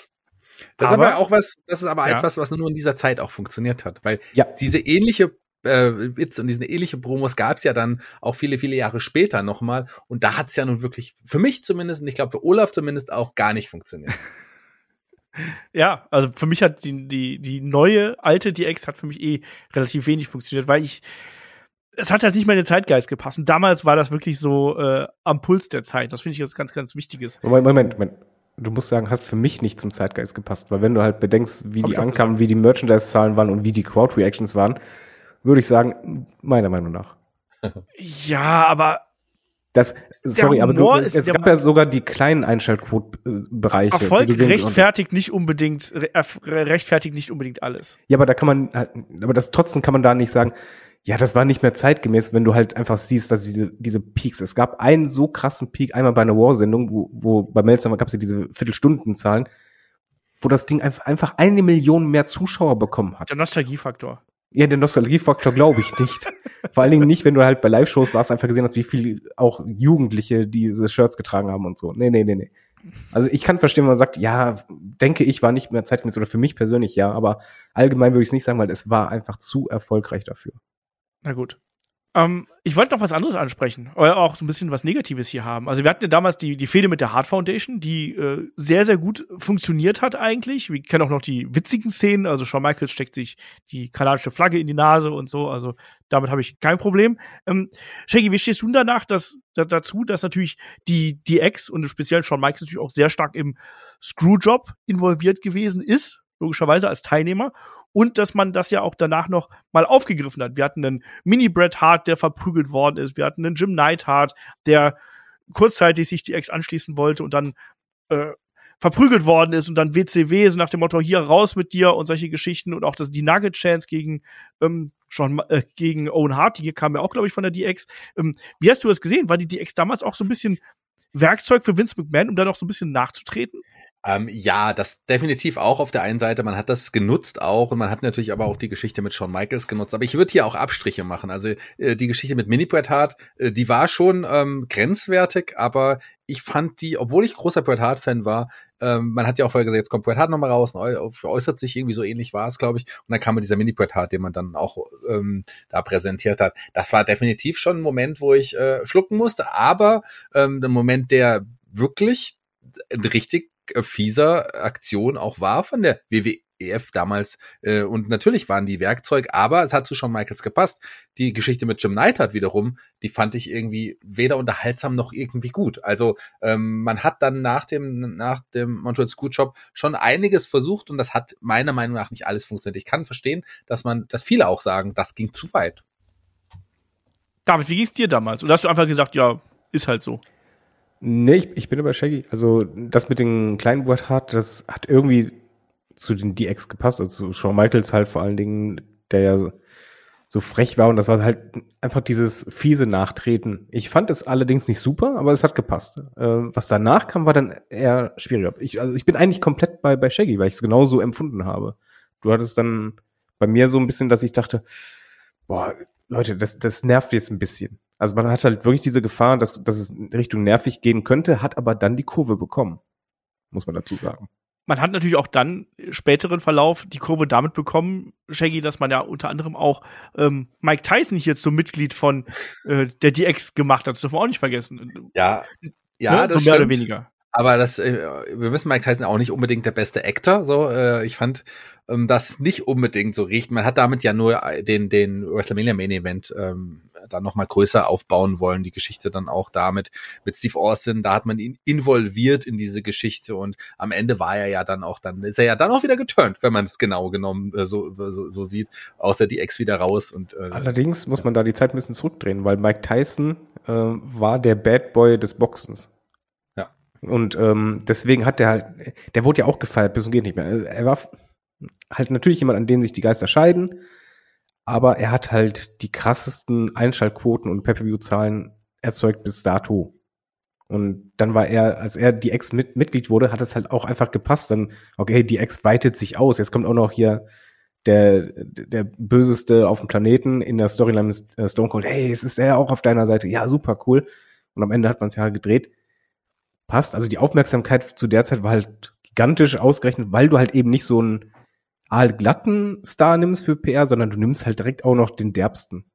Das Aber- ist aber auch was, das ist aber Ja. etwas, was nur in dieser Zeit auch funktioniert hat, weil Ja. diese ähnliche äh, Witz und diese ähnliche Promos gab es ja dann auch viele, viele Jahre später nochmal und da hat es ja nun wirklich, für mich zumindest und ich glaube für Olaf zumindest auch gar nicht funktioniert. Ja, also für mich hat die, die, die neue, alte D X hat für mich eh relativ wenig funktioniert, weil ich, es hat halt nicht mehr in den Zeitgeist gepasst. Und damals war das wirklich so äh, am Puls der Zeit. Das finde ich jetzt ganz, ganz Wichtiges. Moment, Moment, Moment. Du musst sagen, hat für mich nicht zum Zeitgeist gepasst, weil wenn du halt bedenkst, wie Hab die ich auch ankamen, wie die Merchandise-Zahlen waren und wie die Crowd-Reactions waren, würde ich sagen, meiner Meinung nach. Ja, aber Das, sorry, aber du, Humor es, ist es ja gab ja sogar die kleinen Einschaltquote-Bereiche. Erfolg die du sehen rechtfertigt nicht unbedingt, re rechtfertigt nicht unbedingt alles. Ja, aber da kann man halt, aber das trotzdem kann man da nicht sagen, ja, das war nicht mehr zeitgemäß, wenn du halt einfach siehst, dass diese, diese Peaks, es gab einen so krassen Peak einmal bei einer War-Sendung, wo, wo bei Melzer gab es ja diese Viertelstundenzahlen, wo das Ding einfach, einfach eine Million mehr Zuschauer bekommen hat. Der Nostalgiefaktor. Ja, den Nostalgiefaktor glaube ich nicht. Vor allen Dingen nicht, wenn du halt bei Live-Shows warst, einfach gesehen hast, wie viel auch Jugendliche diese Shirts getragen haben und so. Nee, nee, nee, nee. Also ich kann verstehen, wenn man sagt, ja, denke ich, war nicht mehr zeitgemäß, oder für mich persönlich ja, aber allgemein würde ich es nicht sagen, weil es war einfach zu erfolgreich dafür. Na gut. Ähm, ich wollte noch was anderes ansprechen, oder auch so ein bisschen was Negatives hier haben. Also wir hatten ja damals die, die Fehde mit der Hart Foundation, die äh, sehr, sehr gut funktioniert hat eigentlich. Wir kennen auch noch die witzigen Szenen, also Shawn Michaels steckt sich die kanadische Flagge in die Nase und so, also damit habe ich kein Problem. Ähm, Shaggy, wie stehst du danach dass, da, dazu, dass natürlich die, die Ex und speziell Shawn Michaels natürlich auch sehr stark im Screwjob involviert gewesen ist, logischerweise als Teilnehmer, und dass man das ja auch danach noch mal aufgegriffen hat. Wir hatten einen Mini-Bret Hart, der verprügelt worden ist. Wir hatten einen Jim Neidhart, der kurzzeitig sich die Ex anschließen wollte und dann äh, verprügelt worden ist und dann W C W, so nach dem Motto, hier raus mit dir und solche Geschichten. Und auch das, die Nugget-Chance gegen ähm, schon äh, gegen Owen Hart, die kam ja auch, glaube ich, von der D X. Ähm, wie hast du das gesehen? War die D X damals auch so ein bisschen Werkzeug für Vince McMahon, um da noch so ein bisschen nachzutreten? Ähm, ja, das definitiv auch auf der einen Seite. Man hat das genutzt auch und man hat natürlich aber auch die Geschichte mit Shawn Michaels genutzt. Aber ich würde hier auch Abstriche machen. Also äh, die Geschichte mit Mini Bret Hart, äh, die war schon ähm, grenzwertig, aber ich fand die, obwohl ich großer Bret Hart-Fan war, ähm, man hat ja auch vorher gesagt, jetzt kommt Bret Hart nochmal raus und äu- äußert sich irgendwie so ähnlich war es, glaube ich. Und dann kam dieser Mini Bret Hart, den man dann auch ähm, da präsentiert hat. Das war definitiv schon ein Moment, wo ich äh, schlucken musste, aber ähm, der Moment, der wirklich richtig fieser Aktion auch war von der W W F damals äh, und natürlich waren die Werkzeug, aber es hat zu Shawn Michaels gepasst. Die Geschichte mit Jim Neidhart wiederum, die fand ich irgendwie weder unterhaltsam noch irgendwie gut. Also ähm, man hat dann nach dem nach dem Montreal Screwjob schon einiges versucht und das hat meiner Meinung nach nicht alles funktioniert. Ich kann verstehen, dass man, dass viele auch sagen, das ging zu weit. David, wie ging's dir damals? Oder hast du einfach gesagt, ja, ist halt so? Nee, ich, ich bin aber Shaggy. Also das mit den kleinen Bret Hart, das hat irgendwie zu den D X gepasst. Also zu Shawn Michaels halt vor allen Dingen, der ja so, so frech war. Und das war halt einfach dieses fiese Nachtreten. Ich fand es allerdings nicht super, aber es hat gepasst. Äh, was danach kam, war dann eher schwieriger. Ich, also ich bin eigentlich komplett bei, bei Shaggy, weil ich es genauso empfunden habe. Du hattest dann bei mir so ein bisschen, dass ich dachte, boah, Leute, das, das nervt jetzt ein bisschen. Also man hat halt wirklich diese Gefahr, dass, dass es in Richtung nervig gehen könnte, hat aber dann die Kurve bekommen, muss man dazu sagen. Man hat natürlich auch dann im späteren Verlauf die Kurve damit bekommen, Shaggy, dass man ja unter anderem auch ähm, Mike Tyson hier zum Mitglied von äh, der D X gemacht hat. Das dürfen wir auch nicht vergessen. Ja, ja, ne? das so mehr stimmt. oder weniger. Aber das, äh, wir wissen, Mike Tyson auch nicht unbedingt der beste Actor. So, äh, ich fand ähm, das nicht unbedingt so richtig. Man hat damit ja nur den den WrestleMania Main Event ähm, dann noch mal größer aufbauen wollen. Die Geschichte dann auch damit mit Steve Austin. Da hat man ihn involviert in diese Geschichte und am Ende war er ja dann auch dann ist er ja dann auch wieder geturnt, wenn man es genau genommen äh, so, so so sieht, aus der D X wieder raus und äh, allerdings muss man da die Zeit ein bisschen zurückdrehen, weil Mike Tyson äh, war der Bad Boy des Boxens. Und ähm, deswegen hat der halt, der wurde ja auch gefeiert, bis und geht nicht mehr. Er war halt natürlich jemand, an den sich die Geister scheiden, aber er hat halt die krassesten Einschaltquoten und Pay-Per-View-Zahlen erzeugt bis dato. Und dann war er, als er die Ex mit, Mitglied wurde, hat es halt auch einfach gepasst. Dann, okay, die Ex weitet sich aus. Jetzt kommt auch noch hier der der Böseste auf dem Planeten in der Storyline mit Stone Cold. Hey, es ist er auch auf deiner Seite. Ja, super cool. Und am Ende hat man es ja halt gedreht. Passt. Also die Aufmerksamkeit zu der Zeit war halt gigantisch ausgerechnet, weil du halt eben nicht so einen aalglatten Star nimmst für P R, sondern du nimmst halt direkt auch noch den derbsten.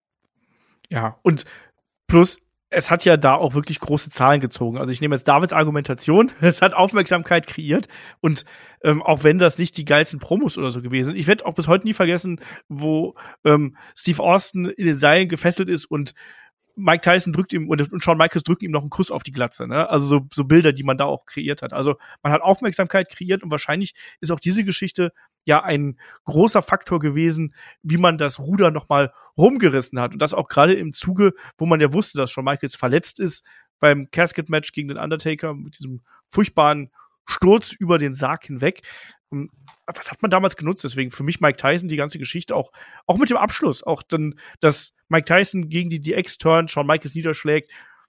Ja, und plus, es hat ja da auch wirklich große Zahlen gezogen. Also ich nehme jetzt Davids Argumentation, es hat Aufmerksamkeit kreiert und ähm, auch wenn das nicht die geilsten Promos oder so gewesen sind, ich werde auch bis heute nie vergessen, wo ähm, Steve Austin in den Seilen gefesselt ist und Mike Tyson drückt ihm und Shawn Michaels drückt ihm noch einen Kuss auf die Glatze, ne? Also so, so Bilder, die man da auch kreiert hat. Also man hat Aufmerksamkeit kreiert und wahrscheinlich ist auch diese Geschichte ja ein großer Faktor gewesen, wie man das Ruder noch mal rumgerissen hat und das auch gerade im Zuge, wo man ja wusste, dass Shawn Michaels verletzt ist beim Casket-Match gegen den Undertaker mit diesem furchtbaren Sturz über den Sarg hinweg. Das hat man damals genutzt, deswegen für mich Mike Tyson die ganze Geschichte auch auch mit dem Abschluss, auch dann, dass Mike Tyson gegen die D X turnt, Shawn Michaels niederschlägt,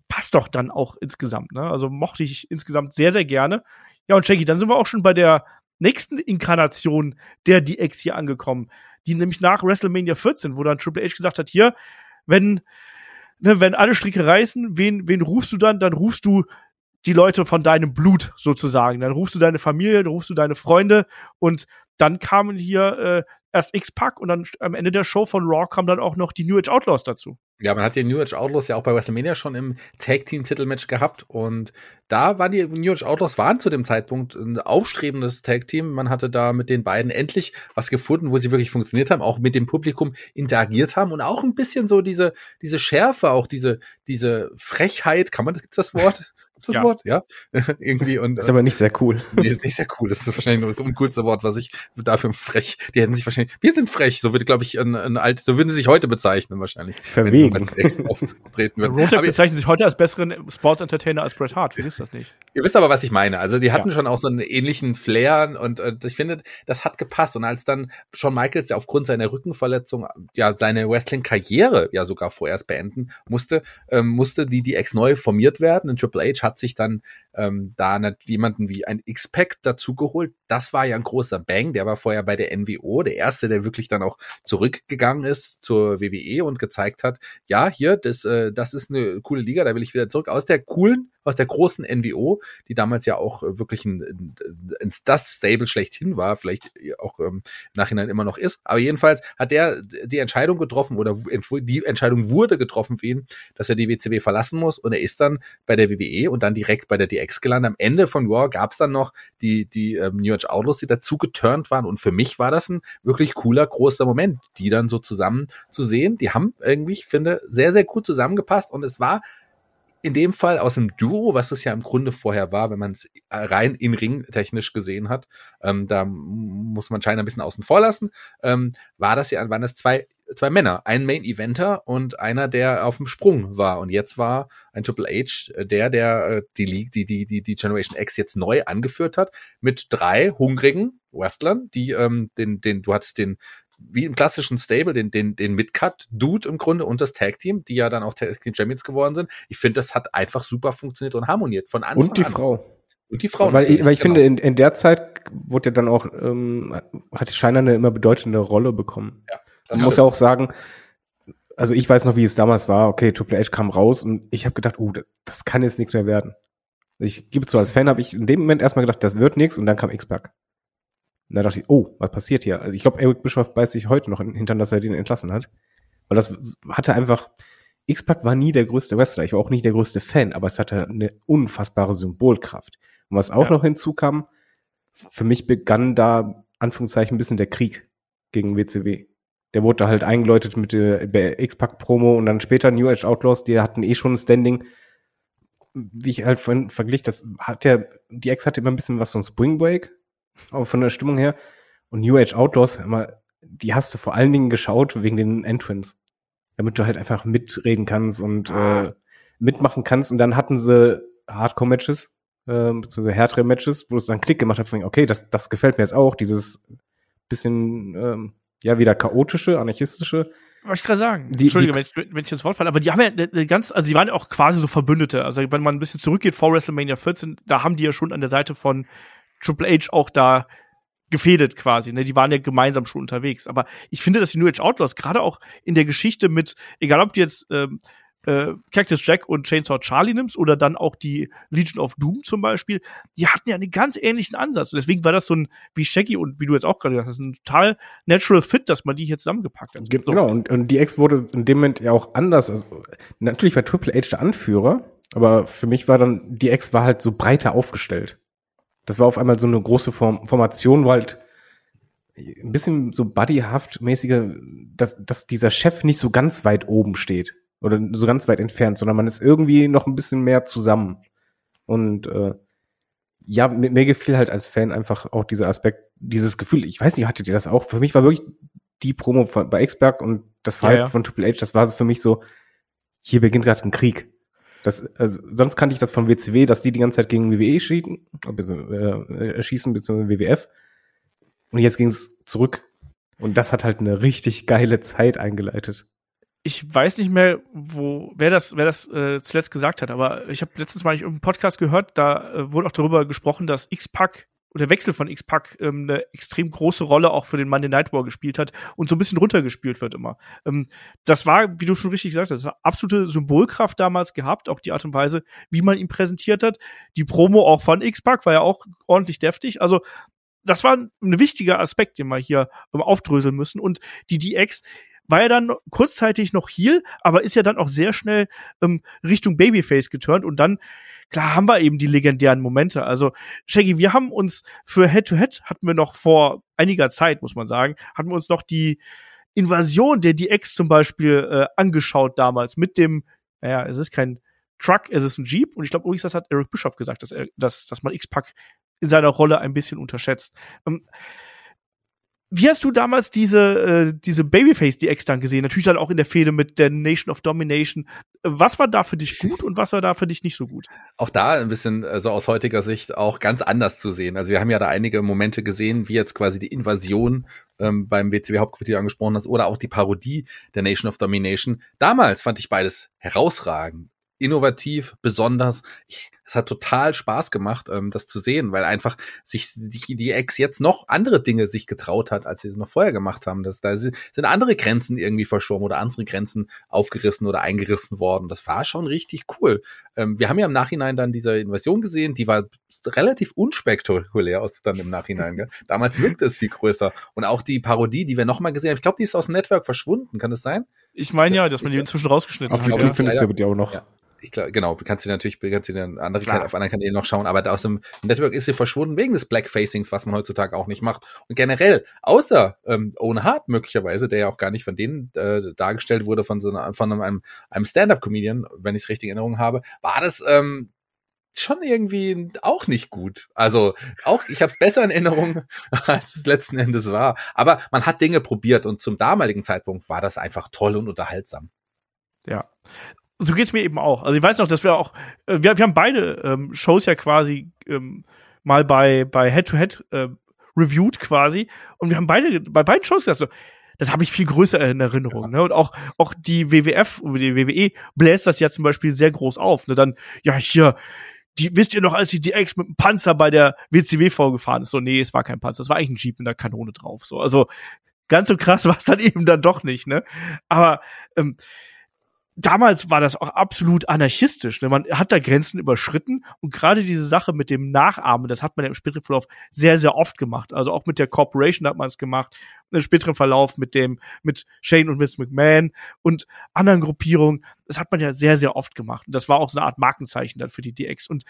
passt doch dann auch insgesamt, ne? Also mochte ich insgesamt sehr, sehr gerne. Ja, und Shaggy, dann sind wir auch schon bei der nächsten Inkarnation der D X hier angekommen. Die nämlich nach WrestleMania vierzehn, wo dann Triple H gesagt hat, hier, wenn, ne, wenn alle Stricke reißen, wen, wen rufst du dann? Dann rufst du die Leute von deinem Blut sozusagen. Dann rufst du deine Familie, dann rufst du deine Freunde und dann kamen hier äh, erst X-Pac und dann am Ende der Show von Raw kamen dann auch noch die New Age Outlaws dazu. Ja, man hat die New Age Outlaws ja auch bei WrestleMania schon im Tag-Team-Titelmatch gehabt und da waren die New Age Outlaws waren zu dem Zeitpunkt ein aufstrebendes Tag-Team. Man hatte da mit den beiden endlich was gefunden, wo sie wirklich funktioniert haben, auch mit dem Publikum interagiert haben und auch ein bisschen so diese diese Schärfe, auch diese diese Frechheit, kann man das, gibt's das Wort? Gibt's das Ja. Wort? Ja, irgendwie und Das ist aber nicht sehr cool. nee, ist nicht sehr cool. Das ist wahrscheinlich nur das uncoolste Wort, was ich dafür frech. Die hätten sich wahrscheinlich, wir sind frech, so würde, glaube ich, ein, ein alt, so würden sie sich heute bezeichnen wahrscheinlich. Verwegen. Wenn sie als Ex auftreten würden. Rotek Aber bezeichnet sich heute als besseren Sports-Entertainer als Bret Hart. Vergiss das nicht. ihr wisst aber, was ich meine. Also die hatten Ja. schon auch so einen ähnlichen Flair und, und ich finde, das hat gepasst. Und als dann Shawn Michaels ja aufgrund seiner Rückenverletzung ja seine Wrestling-Karriere ja sogar vorerst beenden musste, ähm, musste die D X neu formiert werden. Und Triple H hat sich dann ähm, da nicht jemanden wie ein X-Pac dazu geholt. Das war ja ein großer Bang. Der war vorher bei der N W O, der erste, der wirklich dann auch zurückgegangen ist zur W W E und gezeigt hat, ja, hier, das, äh, das ist eine coole Liga, da will ich wieder zurück aus der coolen, aus der großen N W O, die damals ja auch äh, wirklich ein, ein, ein das Stable schlechthin war, vielleicht auch ähm, im Nachhinein immer noch ist. Aber jedenfalls hat der die Entscheidung getroffen oder die Entscheidung wurde getroffen für ihn, dass er die W C W verlassen muss und er ist dann bei der W W E und dann direkt bei der D X gelandet. Am Ende von Raw gab es dann noch die, die ähm, New Age Outlaws, die dazu geturnt waren und für mich war das ein wirklich cooler, großer Moment, die dann so zusammen zu sehen. Die haben irgendwie, ich finde, sehr, sehr gut zusammengepasst und es war in dem Fall aus dem Duo, was es ja im Grunde vorher war, wenn man es rein in Ring technisch gesehen hat, ähm, da muss man China ein bisschen außen vor lassen, ähm, war das ja, waren das zwei, zwei Männer, ein Main-Eventer und einer, der auf dem Sprung war. Und jetzt war ein Triple H, der, der die League, die, die, die, die Generation X jetzt neu angeführt hat, mit drei hungrigen Wrestlern, die ähm, den, den, du hattest den wie im klassischen Stable, den, den, den Mid-Cut-Dude im Grunde und das Tag-Team, die ja dann auch Tag-Team-Champions geworden sind. Ich finde, das hat einfach super funktioniert und harmoniert von Anfang an. Und die Frau. Und die Frau. Weil ich, weil ich genau. finde, in, in der Zeit wurde ja dann auch, ähm, hat China eine immer bedeutende Rolle bekommen. Ja, Man muss ja auch sagen, also ich weiß noch, wie es damals war. Okay, Triple H kam raus und ich habe gedacht, oh, das kann jetzt nichts mehr werden. Ich gebe es so, als Fan habe ich in dem Moment erstmal gedacht, das wird nichts und dann kam X-Pac. Und da dachte ich, oh, was passiert hier? Also ich glaube, Eric Bischoff beißt sich heute noch in den Hintern, dass er den entlassen hat. Weil das hatte einfach, X-Pac war nie der größte Wrestler, ich war auch nicht der größte Fan, aber es hatte eine unfassbare Symbolkraft. Und was auch Ja. noch hinzukam, für mich begann da, Anführungszeichen, ein bisschen der Krieg gegen W C W. Der wurde da halt eingeläutet mit der, der X-Pac-Promo und dann später New Age Outlaws, die hatten eh schon ein Standing. Wie ich halt vorhin verglich, das hat ja, die X hatte immer ein bisschen was so ein Spring Break, auch von der Stimmung her. Und New Age Outlaws, immer, die hast du vor allen Dingen geschaut wegen den Entrance. Damit du halt einfach mitreden kannst und Ah. äh, mitmachen kannst. Und dann hatten sie Hardcore-Matches, äh, beziehungsweise härtere Matches, wo es dann Klick gemacht hat, von, okay, das, das gefällt mir jetzt auch, dieses bisschen, ähm, ja, wieder chaotische, anarchistische. Wollte ich gerade sagen. Die- Entschuldige, die- wenn ich, wenn ich ins Wort falle, aber die haben ja eine, eine ganz, also die waren ja auch quasi so Verbündete. Also wenn man ein bisschen zurückgeht vor WrestleMania vierzehn, da haben die ja schon an der Seite von Triple H auch da gefädet quasi, ne? Die waren ja gemeinsam schon unterwegs. Aber ich finde, dass die New Age Outlaws gerade auch in der Geschichte mit, egal ob du jetzt ähm, äh, Cactus Jack und Chainsaw Charlie nimmst oder dann auch die Legion of Doom zum Beispiel, die hatten ja einen ganz ähnlichen Ansatz. Und deswegen war das so ein, wie Shaggy und wie du jetzt auch gerade gesagt hast, ein total natural fit, dass man die hier zusammengepackt hat. So. Genau, und, und die X wurde in dem Moment ja auch anders. Also, natürlich war Triple H der Anführer, aber für mich war dann, die X war halt so breiter aufgestellt. Das war auf einmal so eine große Form, Formation, wo halt ein bisschen so buddyhaft mäßige, dass, dass dieser Chef nicht so ganz weit oben steht oder so ganz weit entfernt, sondern man ist irgendwie noch ein bisschen mehr zusammen. Und äh, ja, mir, mir gefiel halt als Fan einfach auch dieser Aspekt, dieses Gefühl, ich weiß nicht, hattet ihr das auch? Für mich war wirklich die Promo von, bei X-Pac und das Verhalten Ja, ja. von Triple H, das war so für mich so, hier beginnt gerade ein Krieg. Das, also, sonst kannte ich das von W C W, dass die die ganze Zeit gegen W W E schießen, äh, schießen beziehungsweise W W F. Und jetzt ging es zurück. Und das hat halt eine richtig geile Zeit eingeleitet. ich weiß nicht mehr, wo wer das, wer das äh, zuletzt gesagt hat, aber ich habe letztens mal in einem Podcast gehört, da äh, wurde auch darüber gesprochen, dass X-Pac oder der Wechsel von X-Pac ähm, eine extrem große Rolle auch für den Monday Night War gespielt hat und so ein bisschen runtergespielt wird immer. Ähm, das war, wie du schon richtig gesagt hast, das war absolute Symbolkraft damals gehabt, auch die Art und Weise, wie man ihn präsentiert hat. Die Promo auch von X-Pac war ja auch ordentlich deftig. Also das war ein wichtiger Aspekt, den wir hier ähm, aufdröseln müssen. Und die D X war ja dann kurzzeitig noch Heel, aber ist ja dann auch sehr schnell ähm, Richtung Babyface geturnt und dann klar haben wir eben die legendären Momente. Also, Shaggy, wir haben uns für Head-to-Head hatten wir noch vor einiger Zeit, muss man sagen, hatten wir uns noch die Invasion der D X zum Beispiel äh, angeschaut damals mit dem, naja, es ist kein Truck, es ist ein Jeep. Und ich glaube übrigens, das hat Eric Bischoff gesagt, dass, er, dass, dass man X-Pac in seiner Rolle ein bisschen unterschätzt. Ähm, Wie hast du damals diese, äh, diese Babyface-D X dann gesehen? Natürlich dann auch in der Fehde mit der Nation of Domination. Was war da für dich gut und was war da für dich nicht so gut? Auch da ein bisschen, also aus heutiger Sicht auch ganz anders zu sehen. Also wir haben ja da einige Momente gesehen, wie jetzt quasi die Invasion ähm, beim W C W-Hauptquartier angesprochen hast oder auch die Parodie der Nation of Domination. Damals fand ich beides herausragend. Innovativ, besonders. Ich, es hat total Spaß gemacht, ähm, das zu sehen, weil einfach sich die, die Ex jetzt noch andere Dinge sich getraut hat, als sie es noch vorher gemacht haben. Das, da sind andere Grenzen irgendwie verschwommen oder andere Grenzen aufgerissen oder eingerissen worden. Das war schon richtig cool. Ähm, wir haben ja im Nachhinein dann diese Invasion gesehen, die war relativ unspektakulär aus dann im Nachhinein. Gell? Damals wirkte es viel größer. Und auch die Parodie, die wir nochmal gesehen haben, ich glaube, die ist aus dem Network verschwunden. Kann das sein? Ich meine ja, dass man die inzwischen rausgeschnitten Auf hat. YouTube Ja. findest du die auch noch. Ja. Ich glaube, genau, du kannst du natürlich, kannst du dann andere Kanäle, auf anderen Kanälen noch schauen, aber aus dem Network ist sie verschwunden wegen des Blackfacings, was man heutzutage auch nicht macht. Und generell, außer ähm, Owen Hart möglicherweise, der ja auch gar nicht von denen äh, dargestellt wurde, von so einer, von einem, einem Stand-Up-Comedian, wenn ich es richtig in Erinnerung habe, war das ähm, schon irgendwie auch nicht gut. Also auch, ich habe es besser in Erinnerung, als es letzten Endes war. Aber man hat Dinge probiert und zum damaligen Zeitpunkt war das einfach toll und unterhaltsam. Ja. So geht's mir eben auch. Also ich weiß noch, dass wir auch, äh, wir, wir haben beide ähm, Shows ja quasi ähm, mal bei bei Head-to-Head äh, reviewed quasi und wir haben beide bei beiden Shows gesagt, so, das habe ich viel größer in Erinnerung. Ja. Ne? Und auch auch die W W F oder die W W E bläst das ja zum Beispiel sehr groß auf. Ne? Dann, ja, hier, die, wisst ihr noch, als die D X mit einem Panzer bei der W C W vorgefahren ist? So, nee, es war kein Panzer, es war eigentlich ein Jeep mit einer Kanone drauf. So, also ganz so krass war es dann eben dann doch nicht, ne? Aber ähm, damals war das auch absolut anarchistisch. Ne? Man hat da Grenzen überschritten und gerade diese Sache mit dem Nachahmen, das hat man ja im späteren Verlauf sehr, sehr oft gemacht. Also auch mit der Corporation hat man es gemacht, im späteren Verlauf mit dem, mit Shane und Vince McMahon und anderen Gruppierungen. Das hat man ja sehr, sehr oft gemacht. Und das war auch so eine Art Markenzeichen dann für die D X. Und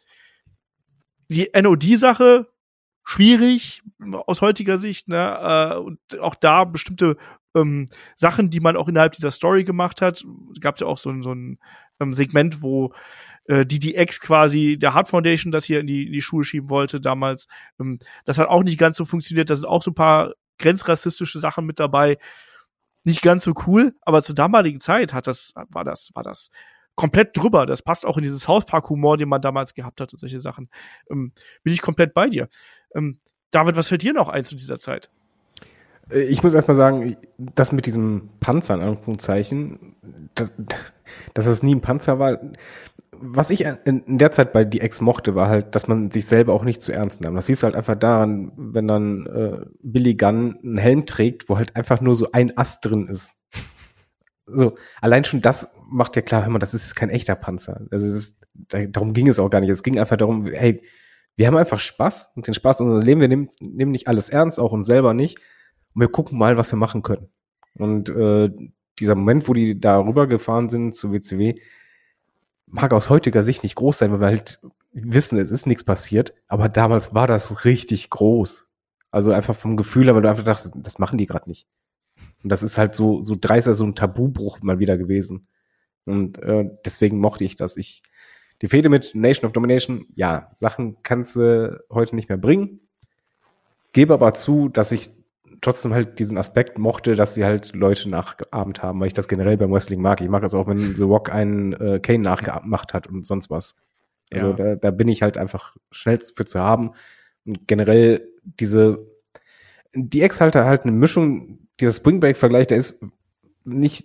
die N O D-Sache, schwierig aus heutiger Sicht, ne? Und auch da bestimmte ähm, Sachen, die man auch innerhalb dieser Story gemacht hat. Gab es ja auch so, ein so ein ähm, Segment, wo äh, die D X quasi der Hart Foundation das hier in die, in die Schuhe schieben wollte damals. Ähm, das hat auch nicht ganz so funktioniert. Da sind auch so ein paar grenzrassistische Sachen mit dabei. Nicht ganz so cool, aber zur damaligen Zeit hat das, war das, war das komplett drüber. Das passt auch in diesen South Park-Humor, den man damals gehabt hat und solche Sachen. Ähm, bin ich komplett bei dir. Ähm, David, was fällt dir noch ein zu dieser Zeit? Ich muss erstmal sagen, das mit diesem Panzer, in Anführungszeichen, dass, dass das nie ein Panzer war. Was ich in der Zeit bei D X mochte, war halt, dass man sich selber auch nicht zu ernst nahm. Das siehst du halt einfach daran, wenn dann äh, Billy Gunn einen Helm trägt, wo halt einfach nur so ein Ast drin ist. So, allein schon das macht ja klar, hör mal, das ist kein echter Panzer. Also es ist, darum ging es auch gar nicht. Es ging einfach darum, hey, wir haben einfach Spaß und den Spaß in unserem Leben, wir nehmen, nehmen nicht alles ernst, auch uns selber nicht. Und wir gucken mal, was wir machen können. Und äh, dieser Moment, wo die da rübergefahren sind zu W C W, mag aus heutiger Sicht nicht groß sein, weil wir halt wissen, es ist nichts passiert. Aber damals war das richtig groß. Also einfach vom Gefühl her, weil du einfach dachtest, das machen die gerade nicht. Und das ist halt so so dreister, so ein Tabubruch mal wieder gewesen. Und äh, deswegen mochte ich das. Ich die Fehde mit Nation of Domination, ja, Sachen kannst du heute nicht mehr bringen. Gebe aber zu, dass ich trotzdem halt diesen Aspekt mochte, dass sie halt Leute nachgeahmt haben, weil ich das generell beim Wrestling mag. Ich mag es auch, wenn The Rock einen äh, Kane nachgemacht hat und sonst was. Also ja. da, da bin ich halt einfach schnell für zu haben. Und generell diese D X halt halt eine Mischung, dieser Spring Break-Vergleich, der ist nicht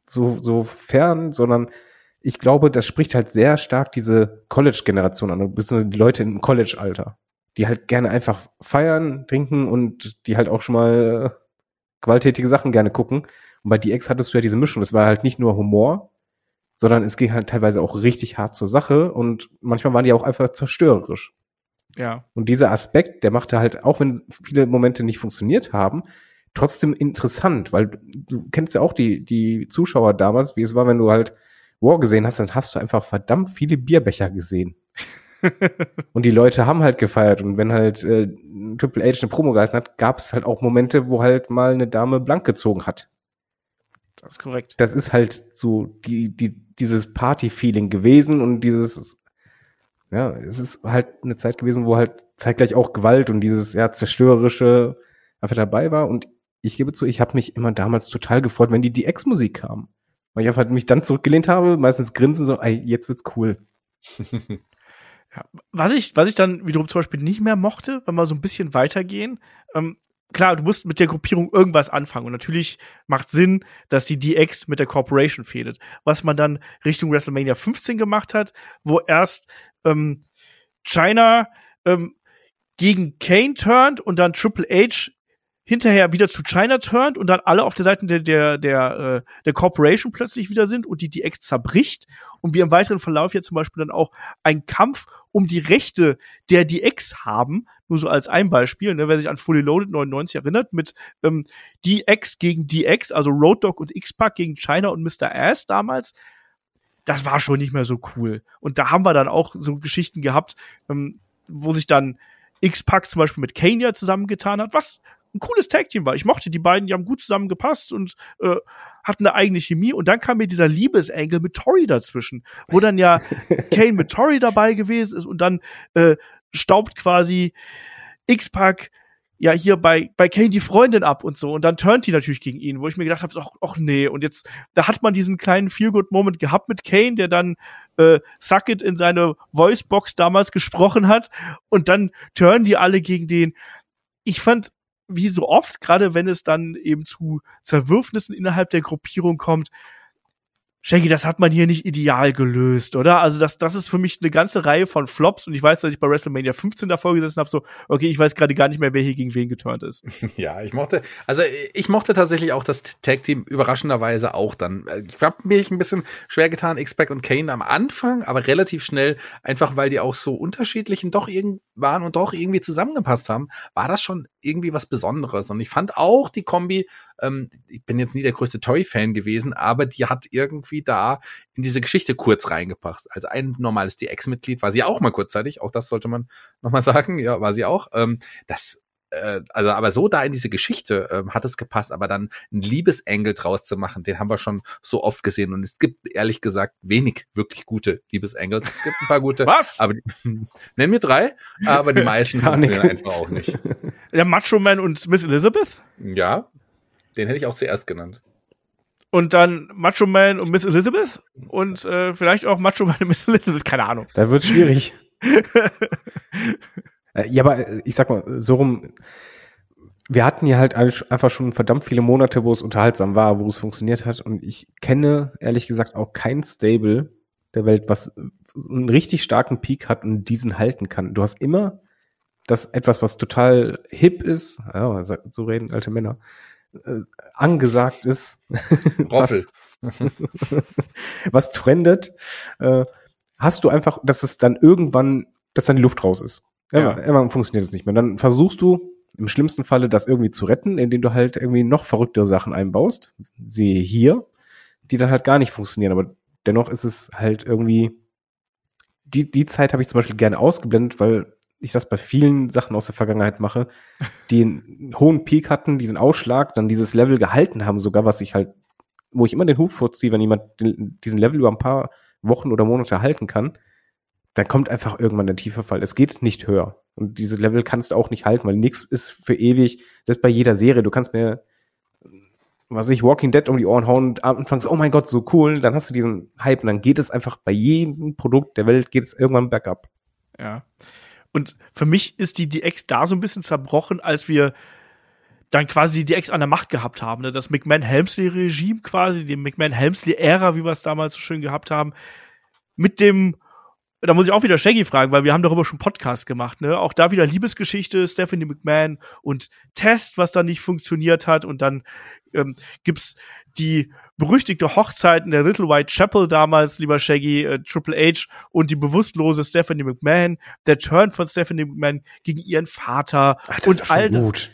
so, so fern, sondern ich glaube, das spricht halt sehr stark diese College-Generation an, beziehungsweise die Leute im College-Alter, die halt gerne einfach feiern, trinken und die halt auch schon mal äh, gewalttätige Sachen gerne gucken. Und bei D X hattest du ja diese Mischung, das war halt nicht nur Humor, sondern es ging halt teilweise auch richtig hart zur Sache und manchmal waren die auch einfach zerstörerisch. Ja. Und dieser Aspekt, der machte halt, auch wenn viele Momente nicht funktioniert haben, trotzdem interessant, weil du kennst ja auch die, die Zuschauer damals, wie es war, wenn du halt War gesehen hast, dann hast du einfach verdammt viele Bierbecher gesehen. Und die Leute haben halt gefeiert. Und wenn halt äh, Triple H eine Promo gehalten hat, gab es halt auch Momente, wo halt mal eine Dame blank gezogen hat. Das ist korrekt. Das ist halt so die, die, dieses Party-Feeling gewesen und dieses, ja, es ist halt eine Zeit gewesen, wo halt zeitgleich auch Gewalt und dieses, ja, zerstörerische einfach dabei war. Und ich gebe zu, ich habe mich immer damals total gefreut, wenn die D X-Musik kam. Weil ich einfach halt mich dann zurückgelehnt habe, meistens grinsen so, ey, jetzt wird's cool. Ja, was ich, was ich dann wiederum zum Beispiel nicht mehr mochte, wenn wir so ein bisschen weitergehen, ähm, klar, du musst mit der Gruppierung irgendwas anfangen und natürlich macht Sinn, dass die D X mit der Corporation fädet. Was man dann Richtung WrestleMania fünfzehn gemacht hat, wo erst ähm, China ähm, gegen Kane turnt und dann Triple H hinterher wieder zu China turnt und dann alle auf der Seite der der der äh, der Corporation plötzlich wieder sind und die D X zerbricht und wir im weiteren Verlauf jetzt zum Beispiel dann auch einen Kampf um die Rechte der D X haben, nur so als ein Beispiel, ne, wer sich an Fully Loaded neunundneunzig erinnert, mit ähm, D X gegen D X, also Road Dogg und X-Pac gegen China und Mister Ass damals, das war schon nicht mehr so cool. Und da haben wir dann auch so Geschichten gehabt, ähm, wo sich dann X-Pac zum Beispiel mit Kane ja zusammengetan hat, was ein cooles Tag-Team war. Ich mochte die beiden, die haben gut zusammengepasst und äh, hatten eine eigene Chemie. Und dann kam mir dieser Liebesengel mit Tori dazwischen, wo dann ja Kane mit Tori dabei gewesen ist und dann äh, staubt quasi X-Pac ja hier bei bei Kane die Freundin ab und so. Und dann turnt die natürlich gegen ihn, wo ich mir gedacht habe, ach, ach nee. Und jetzt, da hat man diesen kleinen Feel-Good-Moment gehabt mit Kane, der dann äh, Suck It in seine Voicebox damals gesprochen hat. Und dann turnen die alle gegen den. Ich fand, wie so oft, gerade wenn es dann eben zu Zerwürfnissen innerhalb der Gruppierung kommt, Shaggy, das hat man hier nicht ideal gelöst, oder? Also das, das ist für mich eine ganze Reihe von Flops und ich weiß, dass ich bei WrestleMania fünfzehn davor gesessen habe, so, okay, ich weiß gerade gar nicht mehr, wer hier gegen wen geturnt ist. Ja, ich mochte, also ich mochte tatsächlich auch das Tag-Team überraschenderweise auch dann. Ich habe mich ein bisschen schwer getan, X-Pac und Kane am Anfang, aber relativ schnell, einfach weil die auch so unterschiedlich und doch irgendwie waren und doch irgendwie zusammengepasst haben, war das schon irgendwie was Besonderes. Und ich fand auch die Kombi, ähm, ich bin jetzt nie der größte Toy-Fan gewesen, aber die hat irgendwie da in diese Geschichte kurz reingepasst. Also ein normales D X-Mitglied war sie auch mal kurzzeitig, auch das sollte man nochmal sagen, ja, war sie auch. Ähm, das, äh, also aber so da in diese Geschichte ähm, hat es gepasst, aber dann einen Liebesengel draus zu machen, den haben wir schon so oft gesehen und es gibt ehrlich gesagt wenig wirklich gute Liebesengels. Es gibt ein paar gute. Was? Aber die, nenn mir drei, aber die meisten funktionieren einfach auch nicht. Der Macho Man und Miss Elizabeth? Ja, den hätte ich auch zuerst genannt. Und dann Macho Man und Miss Elizabeth? Und äh, vielleicht auch Macho Man und Miss Elizabeth, keine Ahnung. Da wird schwierig. äh, ja, aber ich sag mal, so rum, wir hatten ja halt einfach schon verdammt viele Monate, wo es unterhaltsam war, wo es funktioniert hat. Und ich kenne, ehrlich gesagt, auch kein Stable der Welt, was einen richtig starken Peak hat und diesen halten kann. Du hast immer das etwas, was total hip ist, ja, so reden alte Männer, äh, angesagt ist, Roffel. was, was trendet, äh, hast du einfach, dass es dann irgendwann, dass dann die Luft raus ist. Ja. Irgendwann funktioniert es nicht mehr. Dann versuchst du im schlimmsten Falle das irgendwie zu retten, indem du halt irgendwie noch verrücktere Sachen einbaust, siehe hier, die dann halt gar nicht funktionieren. Aber dennoch ist es halt irgendwie, die, die Zeit habe ich zum Beispiel gerne ausgeblendet, weil ich das bei vielen Sachen aus der Vergangenheit mache, die einen hohen Peak hatten, diesen Ausschlag, dann dieses Level gehalten haben sogar, was ich halt, wo ich immer den Hut vorziehe, wenn jemand diesen Level über ein paar Wochen oder Monate halten kann, dann kommt einfach irgendwann der tiefe Fall. Es geht nicht höher. Und dieses Level kannst du auch nicht halten, weil nichts ist für ewig. Das ist bei jeder Serie. Du kannst mir, was weiß ich, Walking Dead um die Ohren hauen und anfangs, oh mein Gott, so cool, dann hast du diesen Hype und dann geht es einfach bei jedem Produkt der Welt, geht es irgendwann bergab. Ja. Und für mich ist die D X da so ein bisschen zerbrochen, als wir dann quasi die Ex an der Macht gehabt haben. Ne? Das McMahon-Helmsley-Regime quasi, die McMahon-Helmsley-Ära, wie wir es damals so schön gehabt haben, mit dem, da muss ich auch wieder Shaggy fragen, weil wir haben darüber schon Podcast gemacht, ne? Auch da wieder Liebesgeschichte, Stephanie McMahon und Test, was dann nicht funktioniert hat. Und dann ähm, gibt's die berüchtigte Hochzeit in der Little White Chapel damals, lieber Shaggy, äh, Triple H und die bewusstlose Stephanie McMahon, der Turn von Stephanie McMahon gegen ihren Vater. Ach, das und war schon all das. gut.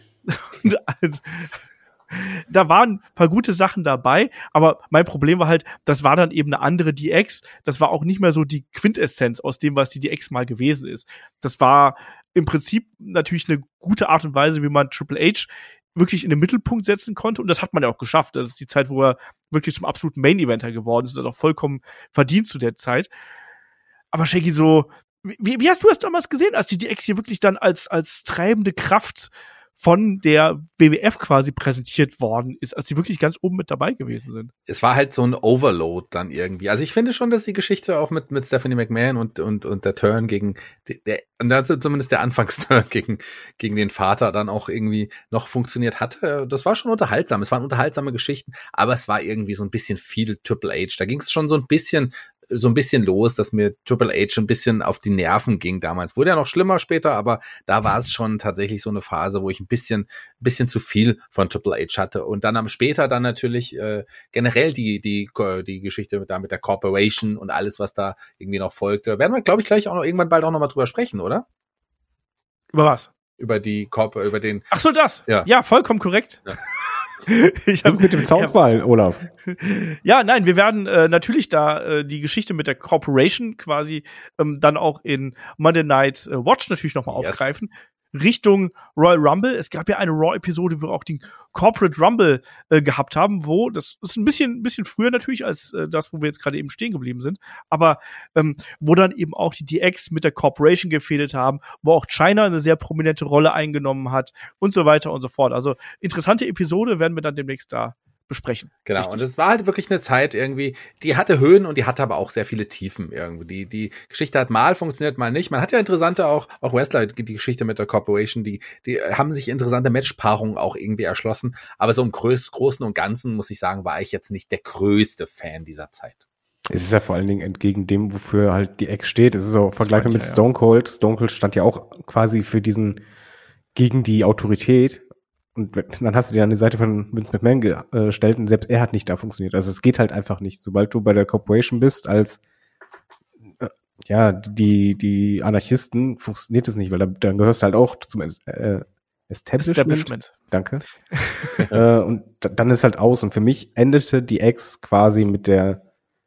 Da waren ein paar gute Sachen dabei, aber mein Problem war halt, das war dann eben eine andere D X. Das war auch nicht mehr so die Quintessenz aus dem, was die D X mal gewesen ist. Das war im Prinzip natürlich eine gute Art und Weise, wie man Triple H wirklich in den Mittelpunkt setzen konnte. Und das hat man ja auch geschafft. Das ist die Zeit, wo er wirklich zum absoluten Main-Eventer geworden ist und das auch vollkommen verdient zu der Zeit. Aber Shaggy, so, wie, wie hast du es damals gesehen, als die D X hier wirklich dann als, als treibende Kraft von der W W F quasi präsentiert worden ist, als sie wirklich ganz oben mit dabei gewesen sind? Es war halt so ein Overload dann irgendwie. Also ich finde schon, dass die Geschichte auch mit mit Stephanie McMahon und und und der Turn gegen der, und also zumindest der Anfangsturn gegen gegen den Vater dann auch irgendwie noch funktioniert hatte. Das war schon unterhaltsam. Es waren unterhaltsame Geschichten, aber es war irgendwie so ein bisschen viel Triple H. Da ging es schon so ein bisschen so ein bisschen los, dass mir Triple H ein bisschen auf die Nerven ging damals. Wurde ja noch schlimmer später, aber da war es schon tatsächlich so eine Phase, wo ich ein bisschen ein bisschen zu viel von Triple H hatte. Und dann am später dann natürlich äh, generell die die die Geschichte mit, da mit der Corporation und alles, was da irgendwie noch folgte. Werden wir, glaube ich, gleich auch noch irgendwann bald auch noch mal drüber sprechen, oder? Über was? Über die Corp, über den. Ach so, das. Ja, ja vollkommen korrekt. Ja. Ich hab, mit dem Zaunfall, Olaf. Ja, nein, wir werden äh, natürlich da äh, die Geschichte mit der Corporation quasi ähm, dann auch in Monday Night äh, Watch natürlich nochmal Yes. aufgreifen. Richtung Royal Rumble. Es gab ja eine Raw-Episode, wo wir auch den Corporate Rumble äh, gehabt haben, wo, das ist ein bisschen, ein bisschen früher natürlich als äh, das, wo wir jetzt gerade eben stehen geblieben sind, aber ähm, wo dann eben auch die D X mit der Corporation gefädelt haben, wo auch China eine sehr prominente Rolle eingenommen hat und so weiter und so fort. Also interessante Episode werden wir dann demnächst da besprechen. Genau, Richtig. und es war halt wirklich eine Zeit irgendwie, die hatte Höhen und die hatte aber auch sehr viele Tiefen irgendwie. Die, die Geschichte hat mal funktioniert, mal nicht. Man hat ja interessante auch, auch Wrestler, die Geschichte mit der Corporation, die, die haben sich interessante Matchpaarungen auch irgendwie erschlossen. Aber so im Groß, Großen und Ganzen, muss ich sagen, war ich jetzt nicht der größte Fan dieser Zeit. Es ist ja vor allen Dingen entgegen dem, wofür halt die X steht. Es ist auch vergleichbar mit ja, ja. Stone Cold. Stone Cold stand ja auch quasi für diesen, gegen die Autorität. Und dann hast du dir an die Seite von Vince McMahon gestellt und selbst er hat nicht da funktioniert. Also es geht halt einfach nicht. Sobald du bei der Corporation bist als äh, ja die die Anarchisten, funktioniert es nicht, weil da, dann gehörst du halt auch zum äh, Establishment. Establishment. Danke. äh, und da, dann ist halt aus. Und für mich endete die X quasi mit der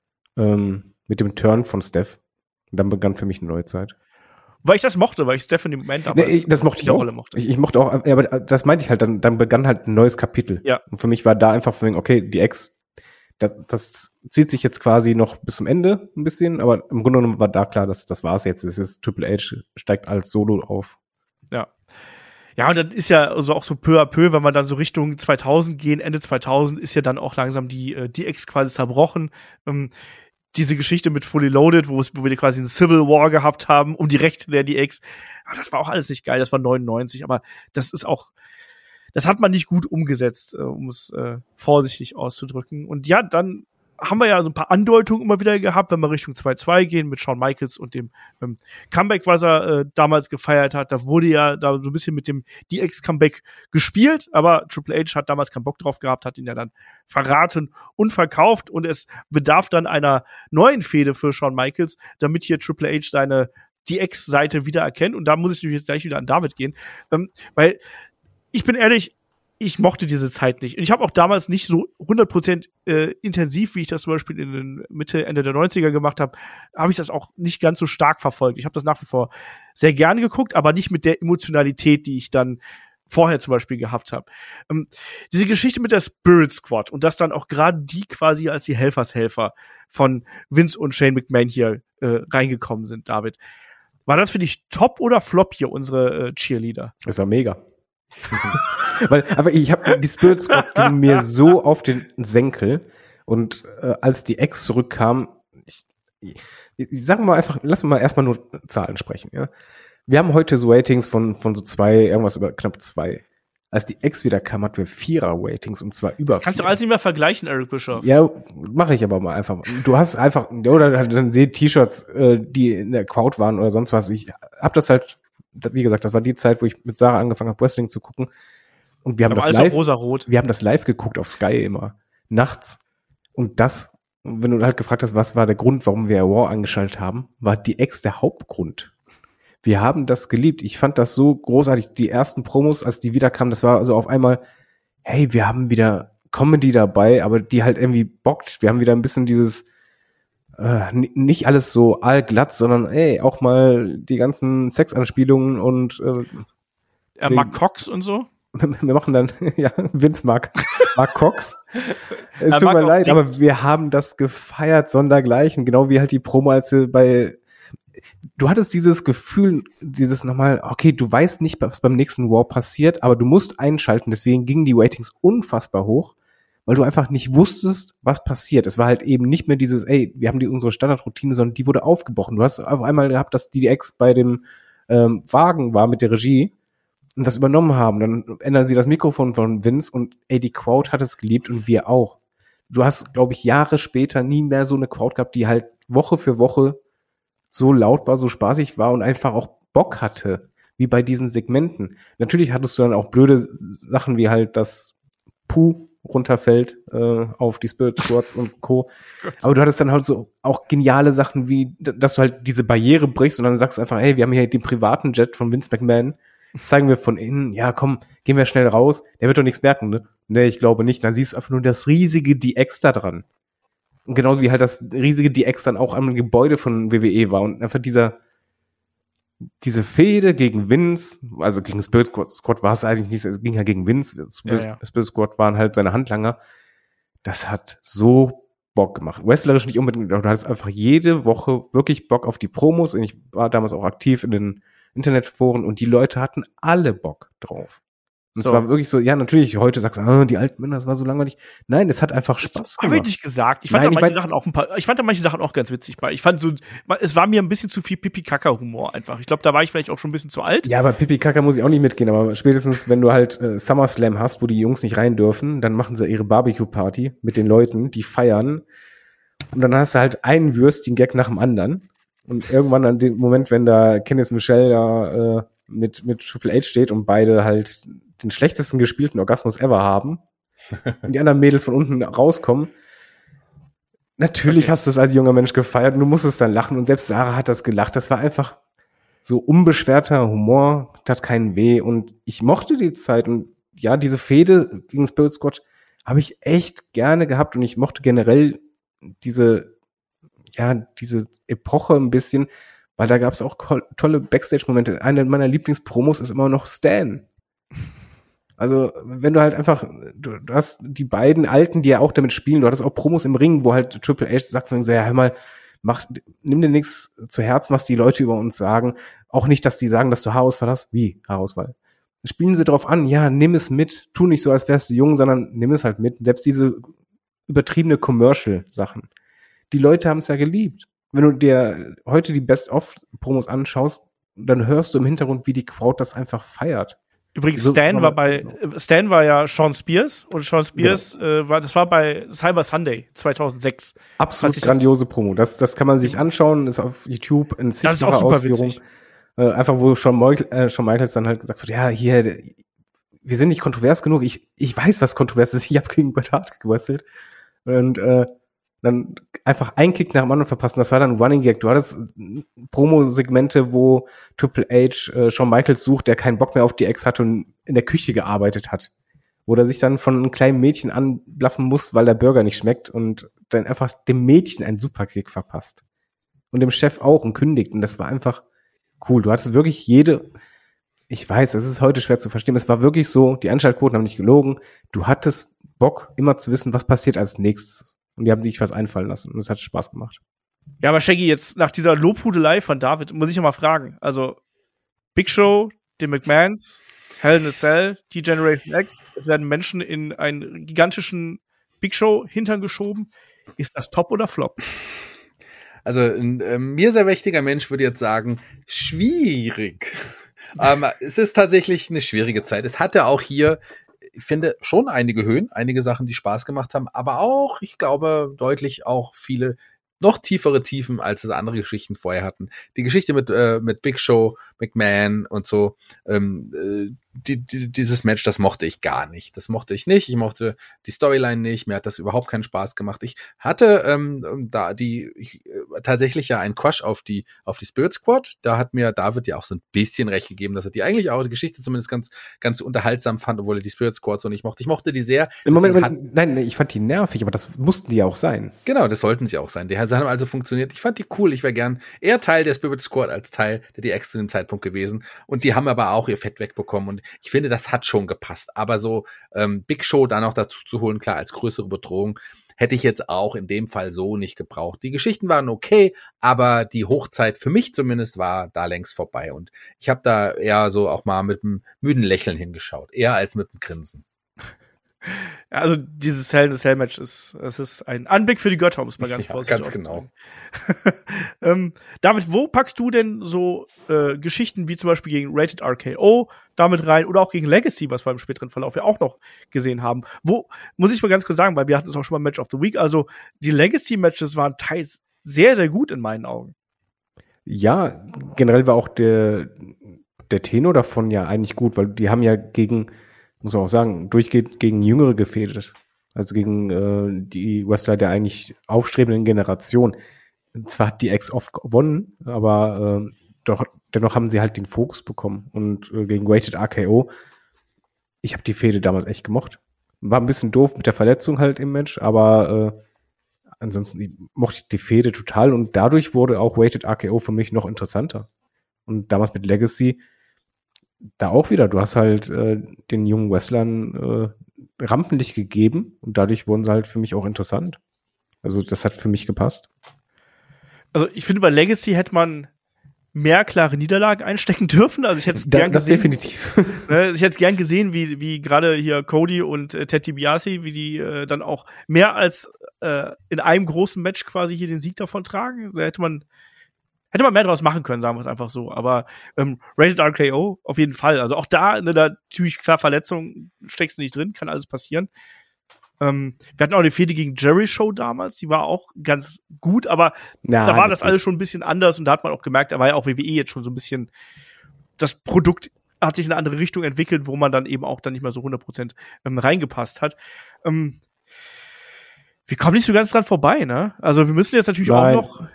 ähm, mit dem Turn von Steph. Und dann begann für mich eine neue Zeit. Weil ich das mochte, weil ich Stephanie McMahon damals Nee, ich, das mochte ich auch. Rolle mochte. Ich, ich mochte auch, aber das meinte ich halt, dann, dann begann halt ein neues Kapitel. Ja. Und für mich war da einfach von, okay, die Ex, das, das zieht sich jetzt quasi noch bis zum Ende ein bisschen, aber im Grunde genommen war da klar, dass das war's jetzt. Es ist Triple H steigt als Solo auf. Ja. Ja, und dann ist ja also auch so peu à peu, wenn man dann so Richtung zweitausend gehen, Ende zweitausend, ist ja dann auch langsam die äh, D X quasi zerbrochen. Ähm, diese Geschichte mit Fully Loaded, wo, es, wo wir quasi einen Civil War gehabt haben um die Rechte der D X. Aber das war auch alles nicht geil, das war neunundneunzig, aber das ist auch, das hat man nicht gut umgesetzt, äh, um es äh, vorsichtig auszudrücken. Und ja, dann haben wir ja so ein paar Andeutungen immer wieder gehabt, wenn wir Richtung zwei zwei gehen mit Shawn Michaels und dem ähm, Comeback, was er äh, damals gefeiert hat. Da wurde ja da so ein bisschen mit dem D X-Comeback gespielt, aber Triple H hat damals keinen Bock drauf gehabt, hat ihn ja dann verraten und verkauft und es bedarf dann einer neuen Fehde für Shawn Michaels, damit hier Triple H seine D X-Seite wieder erkennt. Und da muss ich jetzt gleich wieder an David gehen, ähm, weil ich bin ehrlich, ich mochte diese Zeit nicht. Und ich habe auch damals nicht so hundert Prozent äh, intensiv, wie ich das zum Beispiel in den Mitte, Ende der neunziger gemacht habe, habe ich das auch nicht ganz so stark verfolgt. Ich habe das nach wie vor sehr gerne geguckt, aber nicht mit der Emotionalität, die ich dann vorher zum Beispiel gehabt habe. Ähm, diese Geschichte mit der Spirit Squad und dass dann auch gerade die quasi als die Helfershelfer von Vince und Shane McMahon hier äh, reingekommen sind, David. War das für dich top oder flop hier, unsere äh, Cheerleader? Das war mega. Weil, aber ich habe die Spirit Squads gingen mir so auf den Senkel und äh, als die Ex zurückkam, ich, ich, ich sag mal einfach, lass mal erstmal nur Zahlen sprechen, ja. Wir haben heute so Ratings von von so zwei, irgendwas über knapp zwei. Als die X wieder kam, hatten wir Vierer-Ratings und zwar über Das kannst vier. du alles nicht mehr vergleichen, Eric Bischoff. Ja, mache ich aber mal einfach. Du hast einfach, oder dann seht T-Shirts, äh, die in der Crowd waren oder sonst was. Ich hab das halt, wie gesagt, das war die Zeit, wo ich mit Sarah angefangen habe, Wrestling zu gucken. Und wir haben Aber das alles live, auch rosa-rot. wir haben das live geguckt auf Sky immer. Nachts. Und das, wenn du halt gefragt hast, was war der Grund, warum wir Raw angeschaltet haben, war die Ex der Hauptgrund. Wir haben das geliebt. Ich fand das so großartig. Die ersten Promos, als die wiederkamen, das war also auf einmal, hey, wir haben wieder Comedy dabei, aber die halt irgendwie bockt. Wir haben wieder ein bisschen dieses, äh, n- nicht alles so allglatt, sondern ey, auch mal die ganzen Sexanspielungen und äh, Er mag Cox und so. wir machen dann, ja, Vince mag, mag Cox. Es Er tut mag mir auch leid, Dings. aber wir haben das gefeiert, sondergleichen. Genau wie halt die Promo, als sie bei, du hattest dieses Gefühl, dieses nochmal, okay, du weißt nicht, was beim nächsten War passiert, aber du musst einschalten, deswegen gingen die Ratings unfassbar hoch, weil du einfach nicht wusstest, was passiert. Es war halt eben nicht mehr dieses, ey, wir haben die unsere Standardroutine, sondern die wurde aufgebrochen. Du hast auf einmal gehabt, dass die Ex bei dem ähm, Wagen war mit der Regie und das übernommen haben. Dann ändern sie das Mikrofon von Vince und ey, die Crowd hat es geliebt und wir auch. Du hast, glaube ich, Jahre später nie mehr so eine Crowd gehabt, die halt Woche für Woche so laut war, so spaßig war und einfach auch Bock hatte, wie bei diesen Segmenten. Natürlich hattest du dann auch blöde Sachen, wie halt das Puh runterfällt äh, auf die Spirit Squads und Co. Aber du hattest dann halt so auch geniale Sachen, wie, dass du halt diese Barriere brichst und dann sagst du einfach, hey, wir haben hier den privaten Jet von Vince McMahon, zeigen wir von innen, ja komm, gehen wir schnell raus, der wird doch nichts merken, ne? Nee, ich glaube nicht. Dann siehst du einfach nur das riesige D X da dran. Und genauso wie halt das riesige D X dann auch am Gebäude von W W E war und einfach dieser, diese Fehde gegen Vince, also gegen Spirit Squad, Squad war es eigentlich nicht, es ging ja gegen Vince, Spirit, Ja, ja. Spirit Squad waren halt seine Handlanger. Das hat so Bock gemacht. Wrestlerisch nicht unbedingt, aber du hattest einfach jede Woche wirklich Bock auf die Promos und ich war damals auch aktiv in den Internetforen und die Leute hatten alle Bock drauf. Und So. es war wirklich so, ja, natürlich, heute sagst du, ah, die alten Männer, das war so langweilig. Nein, es hat einfach Spaß Hab ich gemacht. nicht gesagt. Ich fand Nein, da ich manche mein- Sachen auch ein paar, ich fand da manche Sachen auch ganz witzig bei. Ich fand so, es war mir ein bisschen zu viel Pipi-Kaka-Humor einfach. Ich glaube, da war ich vielleicht auch schon ein bisschen zu alt. Ja, aber Pipi Kaka muss ich auch nicht mitgehen, aber spätestens, wenn du halt äh, SummerSlam hast, wo die Jungs nicht rein dürfen, dann machen sie ihre Barbecue-Party mit den Leuten, die feiern. Und dann hast du halt einen Würstchen-Gag nach dem anderen. Und irgendwann an dem Moment, wenn da Kenneth Michel da äh, mit, mit Triple H steht und beide halt den schlechtesten gespielten Orgasmus ever haben und die anderen Mädels von unten rauskommen, natürlich Okay. hast du es als junger Mensch gefeiert und du musstest dann lachen und selbst Sarah hat das gelacht. Das war einfach so unbeschwerter Humor, tat keinen weh und ich mochte die Zeit und ja, diese Fehde gegen Spirit Squad habe ich echt gerne gehabt und ich mochte generell diese, ja, diese Epoche ein bisschen, weil da gab es auch ko- tolle Backstage-Momente. Eine meiner Lieblingspromos ist immer noch Stan. Also, wenn du halt einfach, du, du hast die beiden Alten, die ja auch damit spielen, du hattest auch Promos im Ring, wo halt Triple H sagt von so, ja, hör mal, mach, nimm dir nichts zu Herzen, was die Leute über uns sagen. Auch nicht, dass die sagen, dass du Haarausfall hast. Wie Haarausfall? Spielen sie drauf an, ja, nimm es mit, tu nicht so, als wärst du jung, sondern nimm es halt mit. Selbst diese übertriebene Commercial-Sachen. Die Leute haben es ja geliebt. Wenn du dir heute die Best-of-Promos anschaust, dann hörst du im Hintergrund, wie die Crowd das einfach feiert. Übrigens, So, Stan aber- war bei, Stan war ja Sean Spears und Sean Spears, äh, war, das war bei Cyber Sunday zweitaunsechs. Absolut Falls ich das- grandiose Promo. Das, das kann man sich anschauen, ist auf YouTube in Das ist auch zigfacher super Ausführung. witzig. Äh, einfach, wo Shawn, Michael, äh, Shawn Michaels dann halt gesagt wird, ja, hier, der- wir sind nicht kontrovers genug. Ich, ich weiß, was kontrovers ist. Ich habe gegen Bret Hart gewrestelt. Und äh, dann einfach einen Kick nach dem anderen verpassen. Das war dann ein Running Gag. Du hattest äh, Promo-Segmente, wo Triple H äh, Shawn Michaels sucht, der keinen Bock mehr auf die Ex hat und in der Küche gearbeitet hat. Wo er sich dann von einem kleinen Mädchen anblaffen muss, weil der Burger nicht schmeckt und dann einfach dem Mädchen einen Superkick verpasst. Und dem Chef auch und kündigt. Und das war einfach cool. Du hattest wirklich jede, ich weiß, es ist heute schwer zu verstehen, es war wirklich so, die Einschaltquoten haben nicht gelogen. Du hattest Bock, immer zu wissen, was passiert als nächstes. Und die haben sich was einfallen lassen. Und es hat Spaß gemacht. Ja, aber Shaggy, jetzt nach dieser Lobhudelei von David, muss ich ja mal fragen. Also, Big Show, die McMahons, Hell in a Cell, die Generation X, es werden Menschen in einen gigantischen Big Show-Hintern geschoben. Ist das Top oder Flop? Also ein äh, mir sehr mächtiger Mensch würde jetzt sagen, schwierig. ähm, es ist tatsächlich eine schwierige Zeit. Es hatte auch hier, ich finde, schon einige Höhen, einige Sachen, die Spaß gemacht haben, aber auch, ich glaube, deutlich auch viele noch tiefere Tiefen, als es andere Geschichten vorher hatten. Die Geschichte mit äh, mit Big Show, McMahon und so, ähm, äh, die, die, dieses Match, das mochte ich gar nicht. Das mochte ich nicht. Ich mochte die Storyline nicht. Mir hat das überhaupt keinen Spaß gemacht. Ich hatte ähm, da die ich, äh, tatsächlich ja einen Crush auf die auf die Spirit Squad. Da hat mir David ja auch so ein bisschen recht gegeben, dass er die eigentlich auch die Geschichte zumindest ganz ganz unterhaltsam fand, obwohl er die Spirit Squad so nicht mochte. Ich mochte die sehr. Im Moment, Moment nein, ich fand die nervig, aber das mussten die ja auch sein. Genau, das sollten sie auch sein. Die haben also funktioniert. Ich fand die cool. Ich wäre gern eher Teil der Spirit Squad als Teil der D X zu dem Zeitpunkt gewesen. Und die haben aber auch ihr Fett wegbekommen. Und ich finde, das hat schon gepasst. Aber so ähm, Big Show da noch dazu zu holen, klar, als größere Bedrohung, hätte ich jetzt auch in dem Fall so nicht gebraucht. Die Geschichten waren okay, aber die Hochzeit für mich zumindest war da längst vorbei. Und ich habe da eher so auch mal mit einem müden Lächeln hingeschaut. Eher als mit einem Grinsen. Ja, also dieses Hell in a Cell Match ist, es ist ein Anblick für die Götter, um es mal ganz Ja, vorsichtig ganz genau. ähm, David, wo packst du denn so äh, Geschichten wie zum Beispiel gegen Rated R K O damit rein oder auch gegen Legacy, was wir im späteren Verlauf ja auch noch gesehen haben? Wo, muss ich mal ganz kurz sagen, weil wir hatten es auch schon mal Match of the Week, also die Legacy-Matches waren teils sehr, sehr gut in meinen Augen. Ja, generell war auch der, der Tenor davon ja eigentlich gut, weil die haben ja gegen, muss man auch sagen, durchgeht gegen Jüngere gefädelt. Also gegen äh, die Wrestler der eigentlich aufstrebenden Generation. Zwar hat die X oft gewonnen, aber äh, doch dennoch haben sie halt den Fokus bekommen. Und äh, gegen Rated R K O, ich habe die Fehde damals echt gemocht. War ein bisschen doof mit der Verletzung halt im Match, aber äh, ansonsten mochte ich die Fehde total. Und dadurch wurde auch Rated R K O für mich noch interessanter. Und damals mit Legacy da auch wieder, du hast halt äh, den jungen Wrestlern äh, Rampenlicht gegeben und dadurch wurden sie halt für mich auch interessant. Also das hat für mich gepasst. Also ich finde, bei Legacy hätte man mehr klare Niederlagen einstecken dürfen. Also ich hätte es da, gern das gesehen. definitiv. Ne, ich hätte es gern gesehen, wie, wie gerade hier Cody und äh, Ted DiBiase, wie die äh, dann auch mehr als äh, in einem großen Match quasi hier den Sieg davon tragen. Da hätte man Hätte man mehr draus machen können, sagen wir es einfach so. Aber ähm, Rated R K O auf jeden Fall. Also auch da, ne, da natürlich klar Verletzung steckst du nicht drin, kann alles passieren. Ähm, wir hatten auch eine Fehde gegen Jerry Show damals, die war auch ganz gut, aber Na, da war das das alles schon ein bisschen anders und da hat man auch gemerkt, da war ja auch W W E jetzt schon so ein bisschen, das Produkt hat sich in eine andere Richtung entwickelt, wo man dann eben auch dann nicht mehr so hundert Prozent ähm, reingepasst hat. Ähm, wir kommen nicht so ganz dran vorbei, ne? Also wir müssen jetzt natürlich Nein. auch noch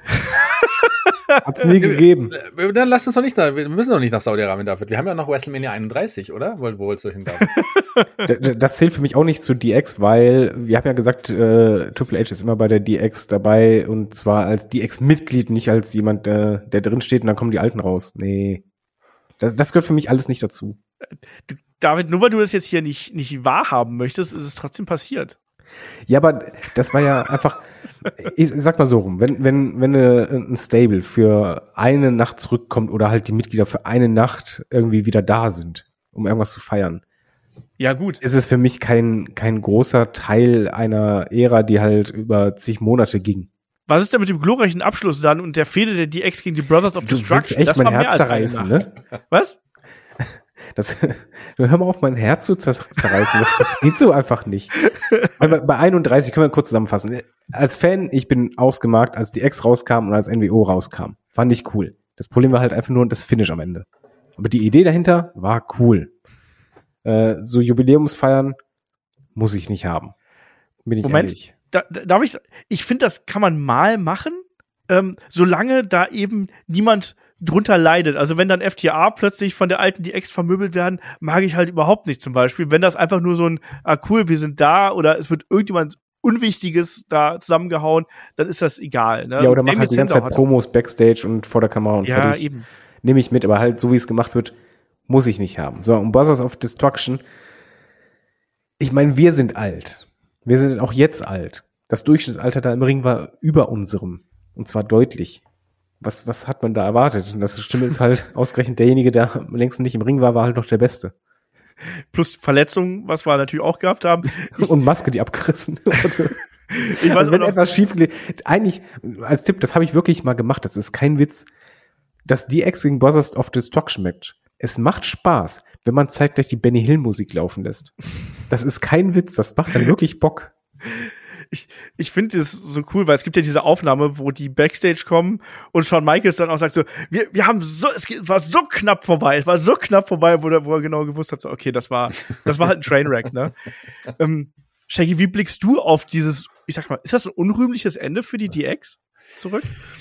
Hat's nie gegeben. Dann lass uns doch nicht, da, wir müssen doch nicht nach Saudi-Arabien, David. Wir haben ja noch WrestleMania einunddreißig, oder? Wo, wo willst du hin, David? Das zählt für mich auch nicht zu D X, weil wir haben ja gesagt, äh, Triple H ist immer bei der D X dabei und zwar als D X-Mitglied, nicht als jemand, der, der drin steht und dann kommen die Alten raus. Nee. Das, das gehört für mich alles nicht dazu. Du, David, nur weil du das jetzt hier nicht, nicht wahrhaben möchtest, ist es trotzdem passiert. Ja, aber das war ja einfach, ich sag mal so rum, wenn, wenn, wenn eine, ein Stable für eine Nacht zurückkommt oder halt die Mitglieder für eine Nacht irgendwie wieder da sind, um irgendwas zu feiern. Ja, gut. Ist es für mich kein, kein großer Teil einer Ära, die halt über zig Monate ging. Was ist denn mit dem glorreichen Abschluss dann und der Fehde der D X gegen die Brothers of Du Destruction? willst echt Das mein war mehr Herz als eine zerreißen, Nacht. ne? Was? Das, hör mal auf, mein Herz zu zer- zerreißen. Das, das geht so einfach nicht. Bei, bei einunddreißig können wir kurz zusammenfassen. Als Fan, ich bin ausgemarkt, als die X rauskam und als N W O rauskam. Fand ich cool. Das Problem war halt einfach nur das Finish am Ende. Aber die Idee dahinter war cool. Äh, so Jubiläumsfeiern muss ich nicht haben. Bin ich Moment, ehrlich. da, da, darf ich, ich finde, das kann man mal machen, ähm, solange da eben niemand drunter leidet. Also wenn dann F T R plötzlich von der alten D X vermöbelt werden, mag ich halt überhaupt nicht zum Beispiel. Wenn das einfach nur so ein, ah cool, wir sind da oder es wird irgendjemand Unwichtiges da zusammengehauen, dann ist das egal. Ne? Ja, oder mach Damien halt die ganze Sandow Zeit hat- Promos Backstage und vor der Kamera und Ja, fertig. eben. Nehme ich mit, aber halt so wie es gemacht wird, muss ich nicht haben. So, und Brothers of Destruction, ich meine, wir sind alt. Wir sind auch jetzt alt. Das Durchschnittsalter da im Ring war über unserem. Und zwar deutlich. Was, was hat man da erwartet? Und das Stimme ist halt ausgerechnet derjenige, der am längsten nicht im Ring war, war halt noch der Beste. Plus Verletzungen, was wir natürlich auch gehabt haben. Und Maske, die abgerissen wurde. Ich weiß Also wenn auch noch, etwas schief geht, eigentlich, als Tipp, das habe ich wirklich mal gemacht, das ist kein Witz, das D X gegen Brothers of Destruction Match es macht Spaß, wenn man zeitgleich die Benny Hill Musik laufen lässt. Das ist kein Witz, das macht dann wirklich Bock. Ich, ich finde es so cool, weil es gibt ja diese Aufnahme, wo die Backstage kommen und Shawn Michaels dann auch sagt so, wir, wir haben so, es war so knapp vorbei, es war so knapp vorbei, wo, der, wo er genau gewusst hat, so, okay, das war, das war halt ein Trainwreck, ne? ähm, Shaggy, wie blickst du auf dieses, ich sag mal, ist das ein unrühmliches Ende für die D X zurück?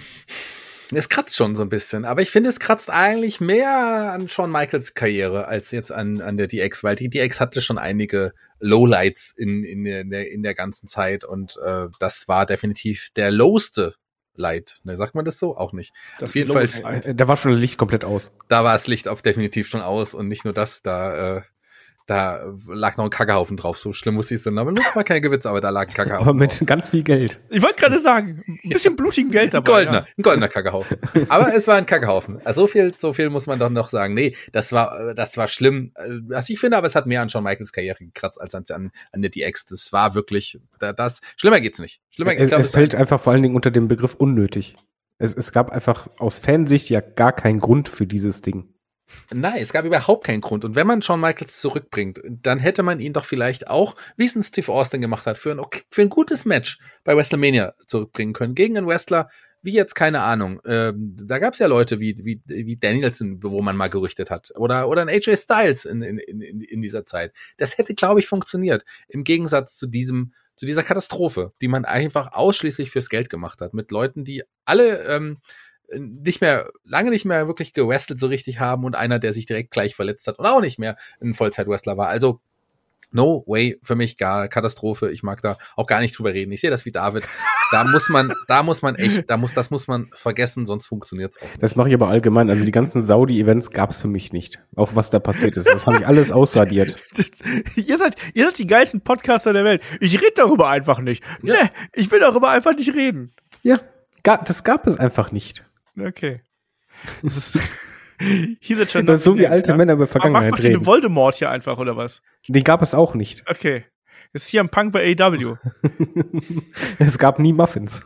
Es kratzt schon so ein bisschen, aber ich finde, es kratzt eigentlich mehr an Shawn Michaels Karriere als jetzt an, an der D X, weil die D X hatte schon einige Lowlights in, in, der, in der ganzen Zeit und äh, das war definitiv der lowste Light. Ne, sagt man das so? Auch nicht. Das auf jeden Fall. Da war schon das Licht komplett aus. Da war das Licht auf definitiv schon aus und nicht nur das, da äh, da lag noch ein Kackehaufen drauf. So schlimm muss ich sein. Aber das war kein Gewitz, aber da lag ein Kackehaufen. Aber mit drauf. ganz viel Geld. Ich wollte gerade sagen, ein bisschen blutigem Geld dabei. Ein goldener, ja. ein goldener Kackehaufen. Aber es war ein Kackehaufen. Also so viel, so viel muss man doch noch sagen. Nee, das war, das war schlimm. Was ich finde, aber es hat mehr an Shawn Michaels Karriere gekratzt als an, an der D X. Das war wirklich, das, schlimmer geht's nicht. Schlimmer, Es, ich glaub, es fällt einfach vor allen Dingen unter dem Begriff unnötig. Es, es gab einfach aus Fansicht ja gar keinen Grund für dieses Ding. Nein, es gab überhaupt keinen Grund. Und wenn man Shawn Michaels zurückbringt, dann hätte man ihn doch vielleicht auch, wie es ein Steve Austin gemacht hat, für ein, okay, für ein gutes Match bei WrestleMania zurückbringen können. Gegen einen Wrestler, wie jetzt, keine Ahnung. Ähm, da gab es ja Leute wie, wie, wie Danielson, wo man mal gerüchtet hat. Oder, oder ein A J Styles in, in, in, in dieser Zeit. Das hätte, glaube ich, funktioniert. Im Gegensatz zu diesem, zu dieser Katastrophe, die man einfach ausschließlich fürs Geld gemacht hat. Mit Leuten, die alle, ähm, nicht mehr, lange nicht mehr wirklich gewrestelt so richtig haben und einer, der sich direkt gleich verletzt hat und auch nicht mehr ein Vollzeit-Wrestler war. Also, no way, für mich gar Katastrophe. Ich mag da auch gar nicht drüber reden. Ich sehe das wie David. Da muss man, da muss man echt, da muss, das muss man vergessen, sonst funktioniert's auch nicht. Das mache ich aber allgemein. Also die ganzen Saudi-Events gab's für mich nicht. Auch was da passiert ist. Das habe ich alles ausradiert. ihr seid, ihr seid die geilsten Podcaster der Welt. Ich rede darüber einfach nicht. Ja. Nee, ich will darüber einfach nicht reden. Ja, das gab es einfach nicht. Okay. Das ist hier das ist so wie alte ja? Männer über Vergangenheit reden. Macht Voldemort hier einfach, oder was? Die gab es auch nicht. Okay. Das ist hier am Punk bei A E W. Es gab nie Muffins.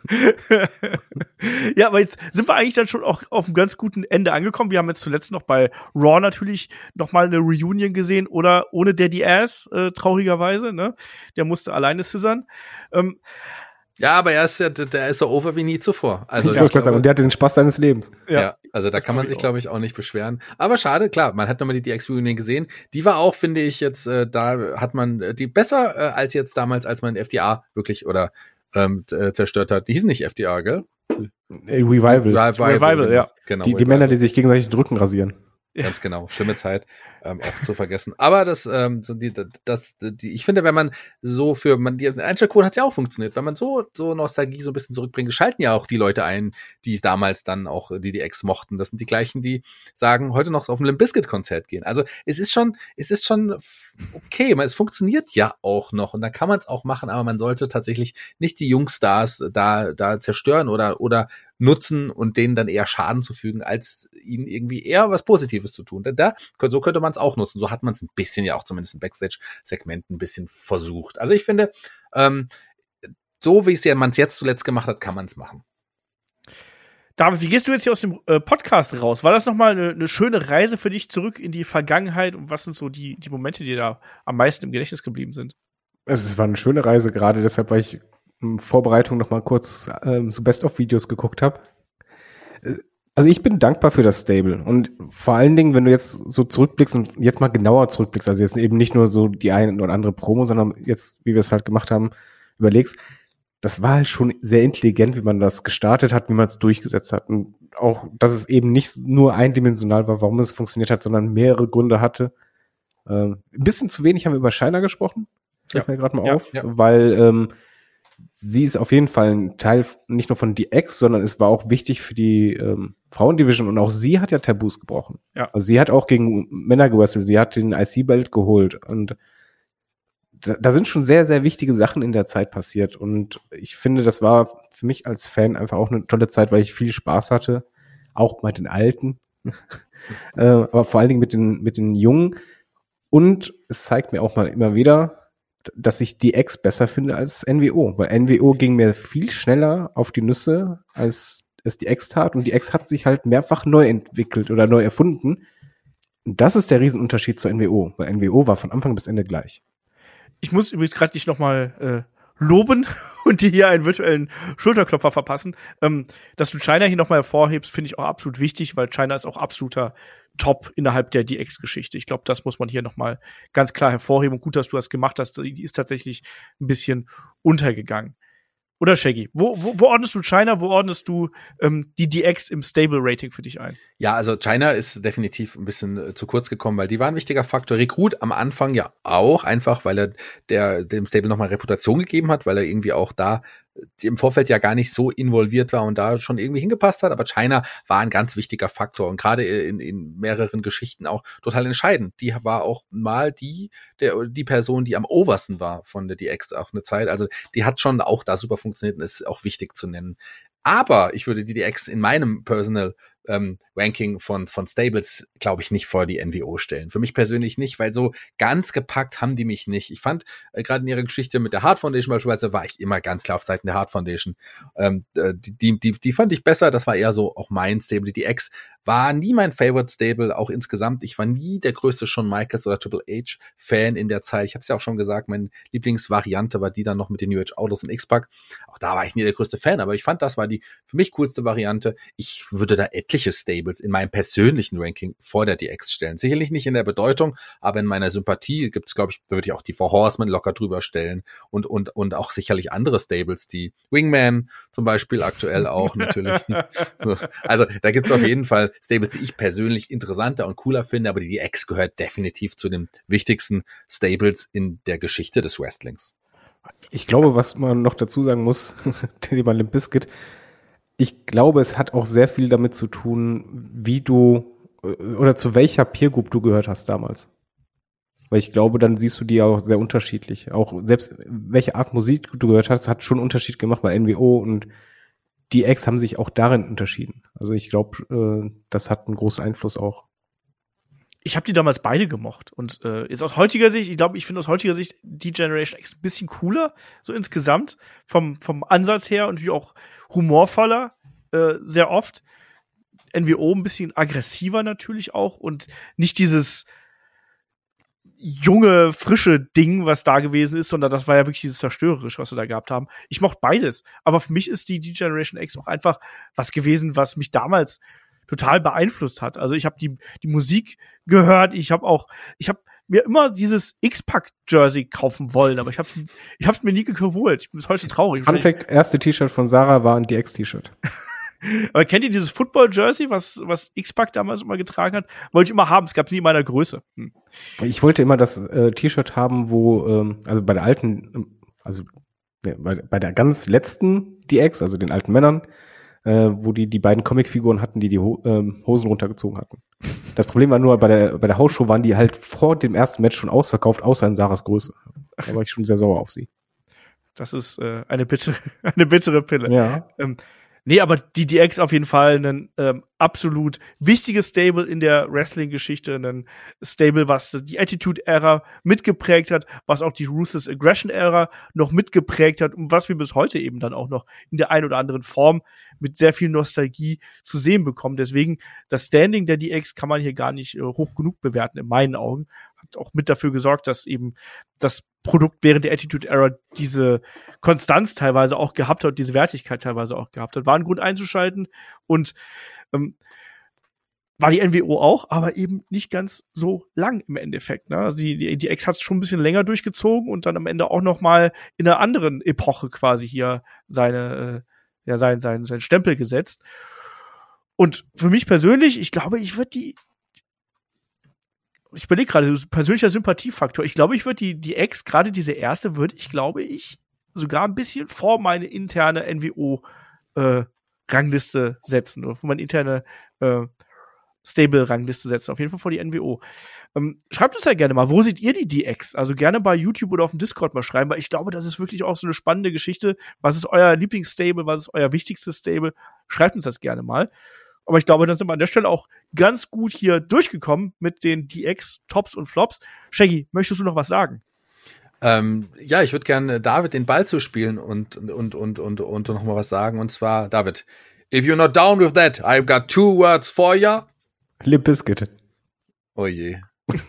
Ja, aber jetzt sind wir eigentlich dann schon auch auf einem ganz guten Ende angekommen. Wir haben jetzt zuletzt noch bei Raw natürlich noch mal eine Reunion gesehen, oder ohne Daddy Ass, äh, traurigerweise, ne? Der musste alleine scissern. Ähm, Ja, aber er ist ja, der ist so over wie nie zuvor. Also, ich ich glaube, sagen, und der hatte den Spaß seines Lebens. Ja, ja, also da kann man sich, glaube ich, auch nicht beschweren. Aber schade, klar, man hat nochmal die D X-Reunion gesehen. Die war auch, finde ich, jetzt, äh, da hat man die besser äh, als jetzt damals, als man F D A wirklich oder ähm, zerstört hat. Die hießen nicht F D A, gell? Revival. Revival, Revival, ja. Genau. Die, die Männer, die sich gegenseitig den Rücken rasieren. Ganz genau, schlimme Zeit, ähm, auch zu vergessen. Aber das, ähm, so die, das, die, ich finde, wenn man so für, man, die Einstellquote hat ja auch funktioniert, wenn man so, so Nostalgie so ein bisschen zurückbringt, schalten ja auch die Leute ein, die damals dann auch die D X mochten. Das sind die gleichen, die sagen, heute noch auf ein Limp Bizkit Konzert gehen. Also es ist schon, es ist schon okay, man, es funktioniert ja auch noch und da kann man es auch machen, aber man sollte tatsächlich nicht die Jungstars da, da zerstören oder, oder nutzen und denen dann eher Schaden zufügen, als ihnen irgendwie eher was Positives zu tun. Da, so könnte man es auch nutzen. So hat man es ein bisschen ja auch zumindest im Backstage-Segment ein bisschen versucht. Also ich finde, ähm, so wie es ja man es jetzt zuletzt gemacht hat, kann man es machen. David, wie gehst du jetzt hier aus dem äh, Podcast raus? War das nochmal eine, eine schöne Reise für dich zurück in die Vergangenheit und was sind so die, die Momente, die da am meisten im Gedächtnis geblieben sind? Es, es war eine schöne Reise, gerade deshalb, weil ich in Vorbereitung noch mal kurz ähm, so Best-of-Videos geguckt habe. Also ich bin dankbar für das Stable und vor allen Dingen, wenn du jetzt so zurückblickst und jetzt mal genauer zurückblickst, also jetzt eben nicht nur so die eine oder andere Promo, sondern jetzt, wie wir es halt gemacht haben, überlegst, das war halt schon sehr intelligent, wie man das gestartet hat, wie man es durchgesetzt hat und auch, dass es eben nicht nur eindimensional war, warum es funktioniert hat, sondern mehrere Gründe hatte. Ähm, ein bisschen zu wenig haben wir über Shayna gesprochen, fällt ja. mir gerade mal ja, auf, ja. weil ähm, sie ist auf jeden Fall ein Teil nicht nur von D X, sondern es war auch wichtig für die ähm, Frauendivision und auch sie hat ja Tabus gebrochen. Ja. Also sie hat auch gegen Männer gewrestelt, sie hat den I C-Belt geholt und da, da sind schon sehr, sehr wichtige Sachen in der Zeit passiert und ich finde, das war für mich als Fan einfach auch eine tolle Zeit, weil ich viel Spaß hatte, auch mit den Alten, äh, aber vor allen Dingen mit den, mit den Jungen und es zeigt mir auch mal immer wieder, dass ich D X besser finde als N W O, weil N W O ging mir viel schneller auf die Nüsse, als es D X tat und D X hat sich halt mehrfach neu entwickelt oder neu erfunden. das ist der Riesenunterschied zur N W O, weil N W O war von Anfang bis Ende gleich. Ich muss übrigens gerade dich noch mal äh, loben und dir hier einen virtuellen Schulterklopfer verpassen. Ähm, dass du Chyna hier noch mal hervorhebst, finde ich auch absolut wichtig, weil Chyna ist auch absoluter Top innerhalb der D X-Geschichte. Ich glaube, das muss man hier noch mal ganz klar hervorheben. Und gut, dass du das gemacht hast. Die ist tatsächlich ein bisschen untergegangen. Oder Shaggy? Wo, wo, wo ordnest du Chyna, wo ordnest du ähm, die D X im Stable-Rating für dich ein? Ja, also Chyna ist definitiv ein bisschen äh, zu kurz gekommen, weil die war ein wichtiger Faktor. Recruit am Anfang ja auch, einfach weil er der dem Stable nochmal Reputation gegeben hat, weil er irgendwie auch da im Vorfeld ja gar nicht so involviert war und da schon irgendwie hingepasst hat, aber Chyna war ein ganz wichtiger Faktor und gerade in, in mehreren Geschichten auch total entscheidend. Die war auch mal die der die Person, die am obersten war von der D X auch eine Zeit, also die hat schon auch da super funktioniert und ist auch wichtig zu nennen. Aber ich würde die D X in meinem Personal ähm, Ranking von von Stables, glaube ich, nicht vor die N W O stellen. Für mich persönlich nicht, weil so ganz gepackt haben die mich nicht. Ich fand, äh, gerade in ihrer Geschichte mit der Hart Foundation beispielsweise, war ich immer ganz klar auf Seiten der Hart Foundation. Ähm, die, die, die, die fand ich besser, das war eher so auch mein Stable. Die D X war nie mein Favorite Stable, auch insgesamt. Ich war nie der größte Shawn Michaels oder Triple H Fan in der Zeit. Ich habe es ja auch schon gesagt, meine Lieblingsvariante war die dann noch mit den New Age Outlaws und X-Pac. Auch da war ich nie der größte Fan, aber ich fand, das war die für mich coolste Variante. Ich würde da etliche Stables in meinem persönlichen Ranking vor der D X stellen. Sicherlich nicht in der Bedeutung, aber in meiner Sympathie gibt es, glaube ich, würde ich auch die Four Horsemen locker drüber stellen und und und auch sicherlich andere Stables, die Wingman zum Beispiel aktuell auch natürlich. So, also da gibt es auf jeden Fall Stables, die ich persönlich interessanter und cooler finde, aber die D X gehört definitiv zu den wichtigsten Stables in der Geschichte des Wrestlings. Ich glaube, was man noch dazu sagen muss, Thema Limp Bizkit, ich glaube, es hat auch sehr viel damit zu tun, wie du oder zu welcher Peer Group du gehört hast damals. Weil ich glaube, dann siehst du die auch sehr unterschiedlich. Auch selbst welche Art Musik du gehört hast, hat schon einen Unterschied gemacht, weil N W O und D X haben sich auch darin unterschieden. Also ich glaube, äh, das hat einen großen Einfluss auch. Ich habe die damals beide gemocht und äh, ist aus heutiger Sicht, ich glaube, ich finde aus heutiger Sicht die Generation X ein bisschen cooler, so insgesamt, vom, vom Ansatz her und wie auch humorvoller, äh, sehr oft. N W O ein bisschen aggressiver natürlich auch und nicht dieses junge, frische Ding, was da gewesen ist, sondern das war ja wirklich dieses Zerstörerische, was wir da gehabt haben. Ich mochte beides, aber für mich ist die, die Generation X auch einfach was gewesen, was mich damals total beeinflusst hat. Also ich habe die die Musik gehört, ich habe auch, ich habe mir immer dieses X-Pac-Jersey kaufen wollen, aber ich habe ich hab's mir nie geholt. Ich bin bis heute traurig. Fun Fact, erste T-Shirt von Sarah war ein D X-T-Shirt. Aber kennt ihr dieses Football-Jersey, was, was X-Pac damals immer getragen hat? Wollte ich immer haben, es gab nie in meiner Größe. Hm. Ich wollte immer das äh, T-Shirt haben, wo, ähm, also bei der alten, also ne, bei, bei der ganz letzten D X, also den alten Männern, äh, wo die die beiden Comicfiguren hatten, die die Ho- ähm, Hosen runtergezogen hatten. Das Problem war nur, bei der bei der Hausshow waren die halt vor dem ersten Match schon ausverkauft, außer in Sarahs Größe. Da war ich schon sehr sauer auf sie. Das ist äh, eine bittere, eine bittere Pille. Ja. Ähm, Nee, aber die D X auf jeden Fall ein ähm, absolut wichtiges Stable in der Wrestling-Geschichte, ein Stable, was die Attitude-Ära mitgeprägt hat, was auch die Ruthless Aggression-Ära noch mitgeprägt hat und was wir bis heute eben dann auch noch in der einen oder anderen Form mit sehr viel Nostalgie zu sehen bekommen. Deswegen, das Standing der D X kann man hier gar nicht äh, hoch genug bewerten, in meinen Augen. Hat auch mit dafür gesorgt, dass eben das Produkt während der Attitude-Era diese Konstanz teilweise auch gehabt hat, diese Wertigkeit teilweise auch gehabt hat. War ein Grund einzuschalten und ähm, war die N W O auch, aber eben nicht ganz so lang im Endeffekt. Ne? Also die, die, die X hat es schon ein bisschen länger durchgezogen und dann am Ende auch noch mal in einer anderen Epoche quasi hier seine, äh, ja, sein, sein, sein Stempel gesetzt. Und für mich persönlich, ich glaube, ich würde die ich überlege gerade, persönlicher Sympathiefaktor. Ich glaube, ich würde die, die X, gerade diese erste, würde ich, glaube ich, sogar ein bisschen vor meine interne N W O-Rangliste äh, setzen. Oder vor meine interne äh, Stable-Rangliste setzen. Auf jeden Fall vor die N W O. Ähm, schreibt uns ja gerne mal, wo seht ihr die D X? Also gerne bei YouTube oder auf dem Discord mal schreiben, weil ich glaube, das ist wirklich auch so eine spannende Geschichte. Was ist euer Lieblingsstable? Was ist euer wichtigstes Stable? Schreibt uns das gerne mal. Aber ich glaube, dann sind wir an der Stelle auch ganz gut hier durchgekommen mit den D X-Tops und Flops. Shaggy, möchtest du noch was sagen? Ähm, ja, ich würde gerne David den Ball zuspielen und und und und und noch mal was sagen. Und zwar, David, if you're not down with that, I've got two words for you. Limp Bizkit. Oh je.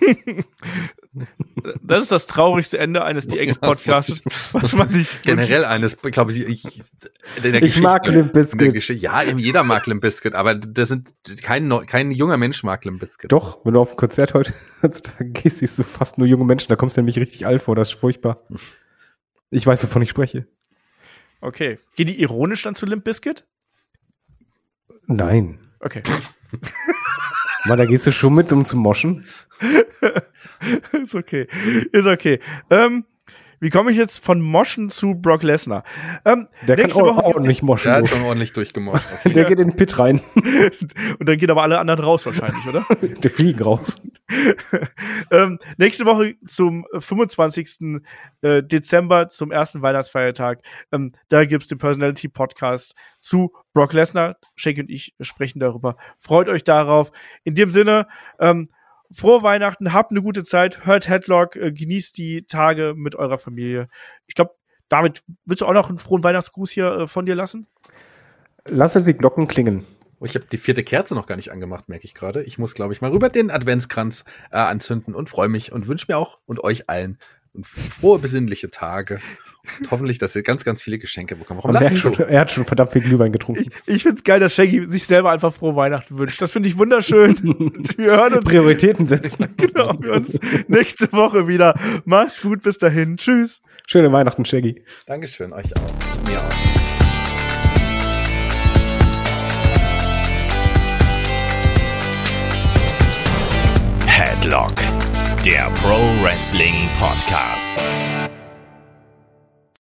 Das ist das traurigste Ende eines D X-Podcasts, was man sich generell eines, glaube ich, ich, in der ich mag Limp Bizkit. Ja, eben jeder mag Limp Bizkit, aber das sind kein kein junger Mensch mag Limp Bizkit. Doch, wenn du auf ein Konzert heute heutzutage gehst, siehst du fast nur junge Menschen, da kommst du nämlich richtig alt vor, das ist furchtbar. Ich weiß, wovon ich spreche. Okay. Geht die ironisch dann zu Limp Bizkit? Nein. Okay. Mal, da gehst du schon mit, um zu moschen. Ist okay. Ist okay. Ähm, wie komme ich jetzt von Moschen zu Brock Lesnar? Ähm, Der kann nächste auch Woche ordentlich moschen. Der hat du. schon ordentlich durchgemoscht. Der geht in den Pit rein. Und dann gehen aber alle anderen raus wahrscheinlich, oder? Der fliegen raus. ähm, nächste Woche zum fünfundzwanzigsten Äh, Dezember, zum ersten Weihnachtsfeiertag. Ähm, da gibt's den Personality Podcast zu Brock Lesnar. Shake und ich sprechen darüber. Freut euch darauf. In dem Sinne, ähm, frohe Weihnachten, habt eine gute Zeit, hört Headlock, äh, genießt die Tage mit eurer Familie. Ich glaube, David, willst du auch noch einen frohen Weihnachtsgruß hier äh, von dir lassen? Lasst die Glocken klingen. Oh, ich habe die vierte Kerze noch gar nicht angemacht, merke ich gerade. Ich muss, glaube ich, mal rüber den Adventskranz äh, anzünden und freue mich und wünsche mir auch und euch allen frohe, besinnliche Tage. Und hoffentlich, dass ihr ganz, ganz viele Geschenke bekommt. Warum er, hat lachst du? schon, er hat schon verdammt viel Glühwein getrunken. Ich, ich find's geil, dass Shaggy sich selber einfach frohe Weihnachten wünscht. Das finde ich wunderschön. Wir hören uns. Prioritäten setzen. Genau, wir hören uns nächste Woche wieder. Macht's gut, bis dahin. Tschüss. Schöne Weihnachten, Shaggy. Dankeschön, euch auch. Mir auch. Headlock, der Pro Wrestling Podcast.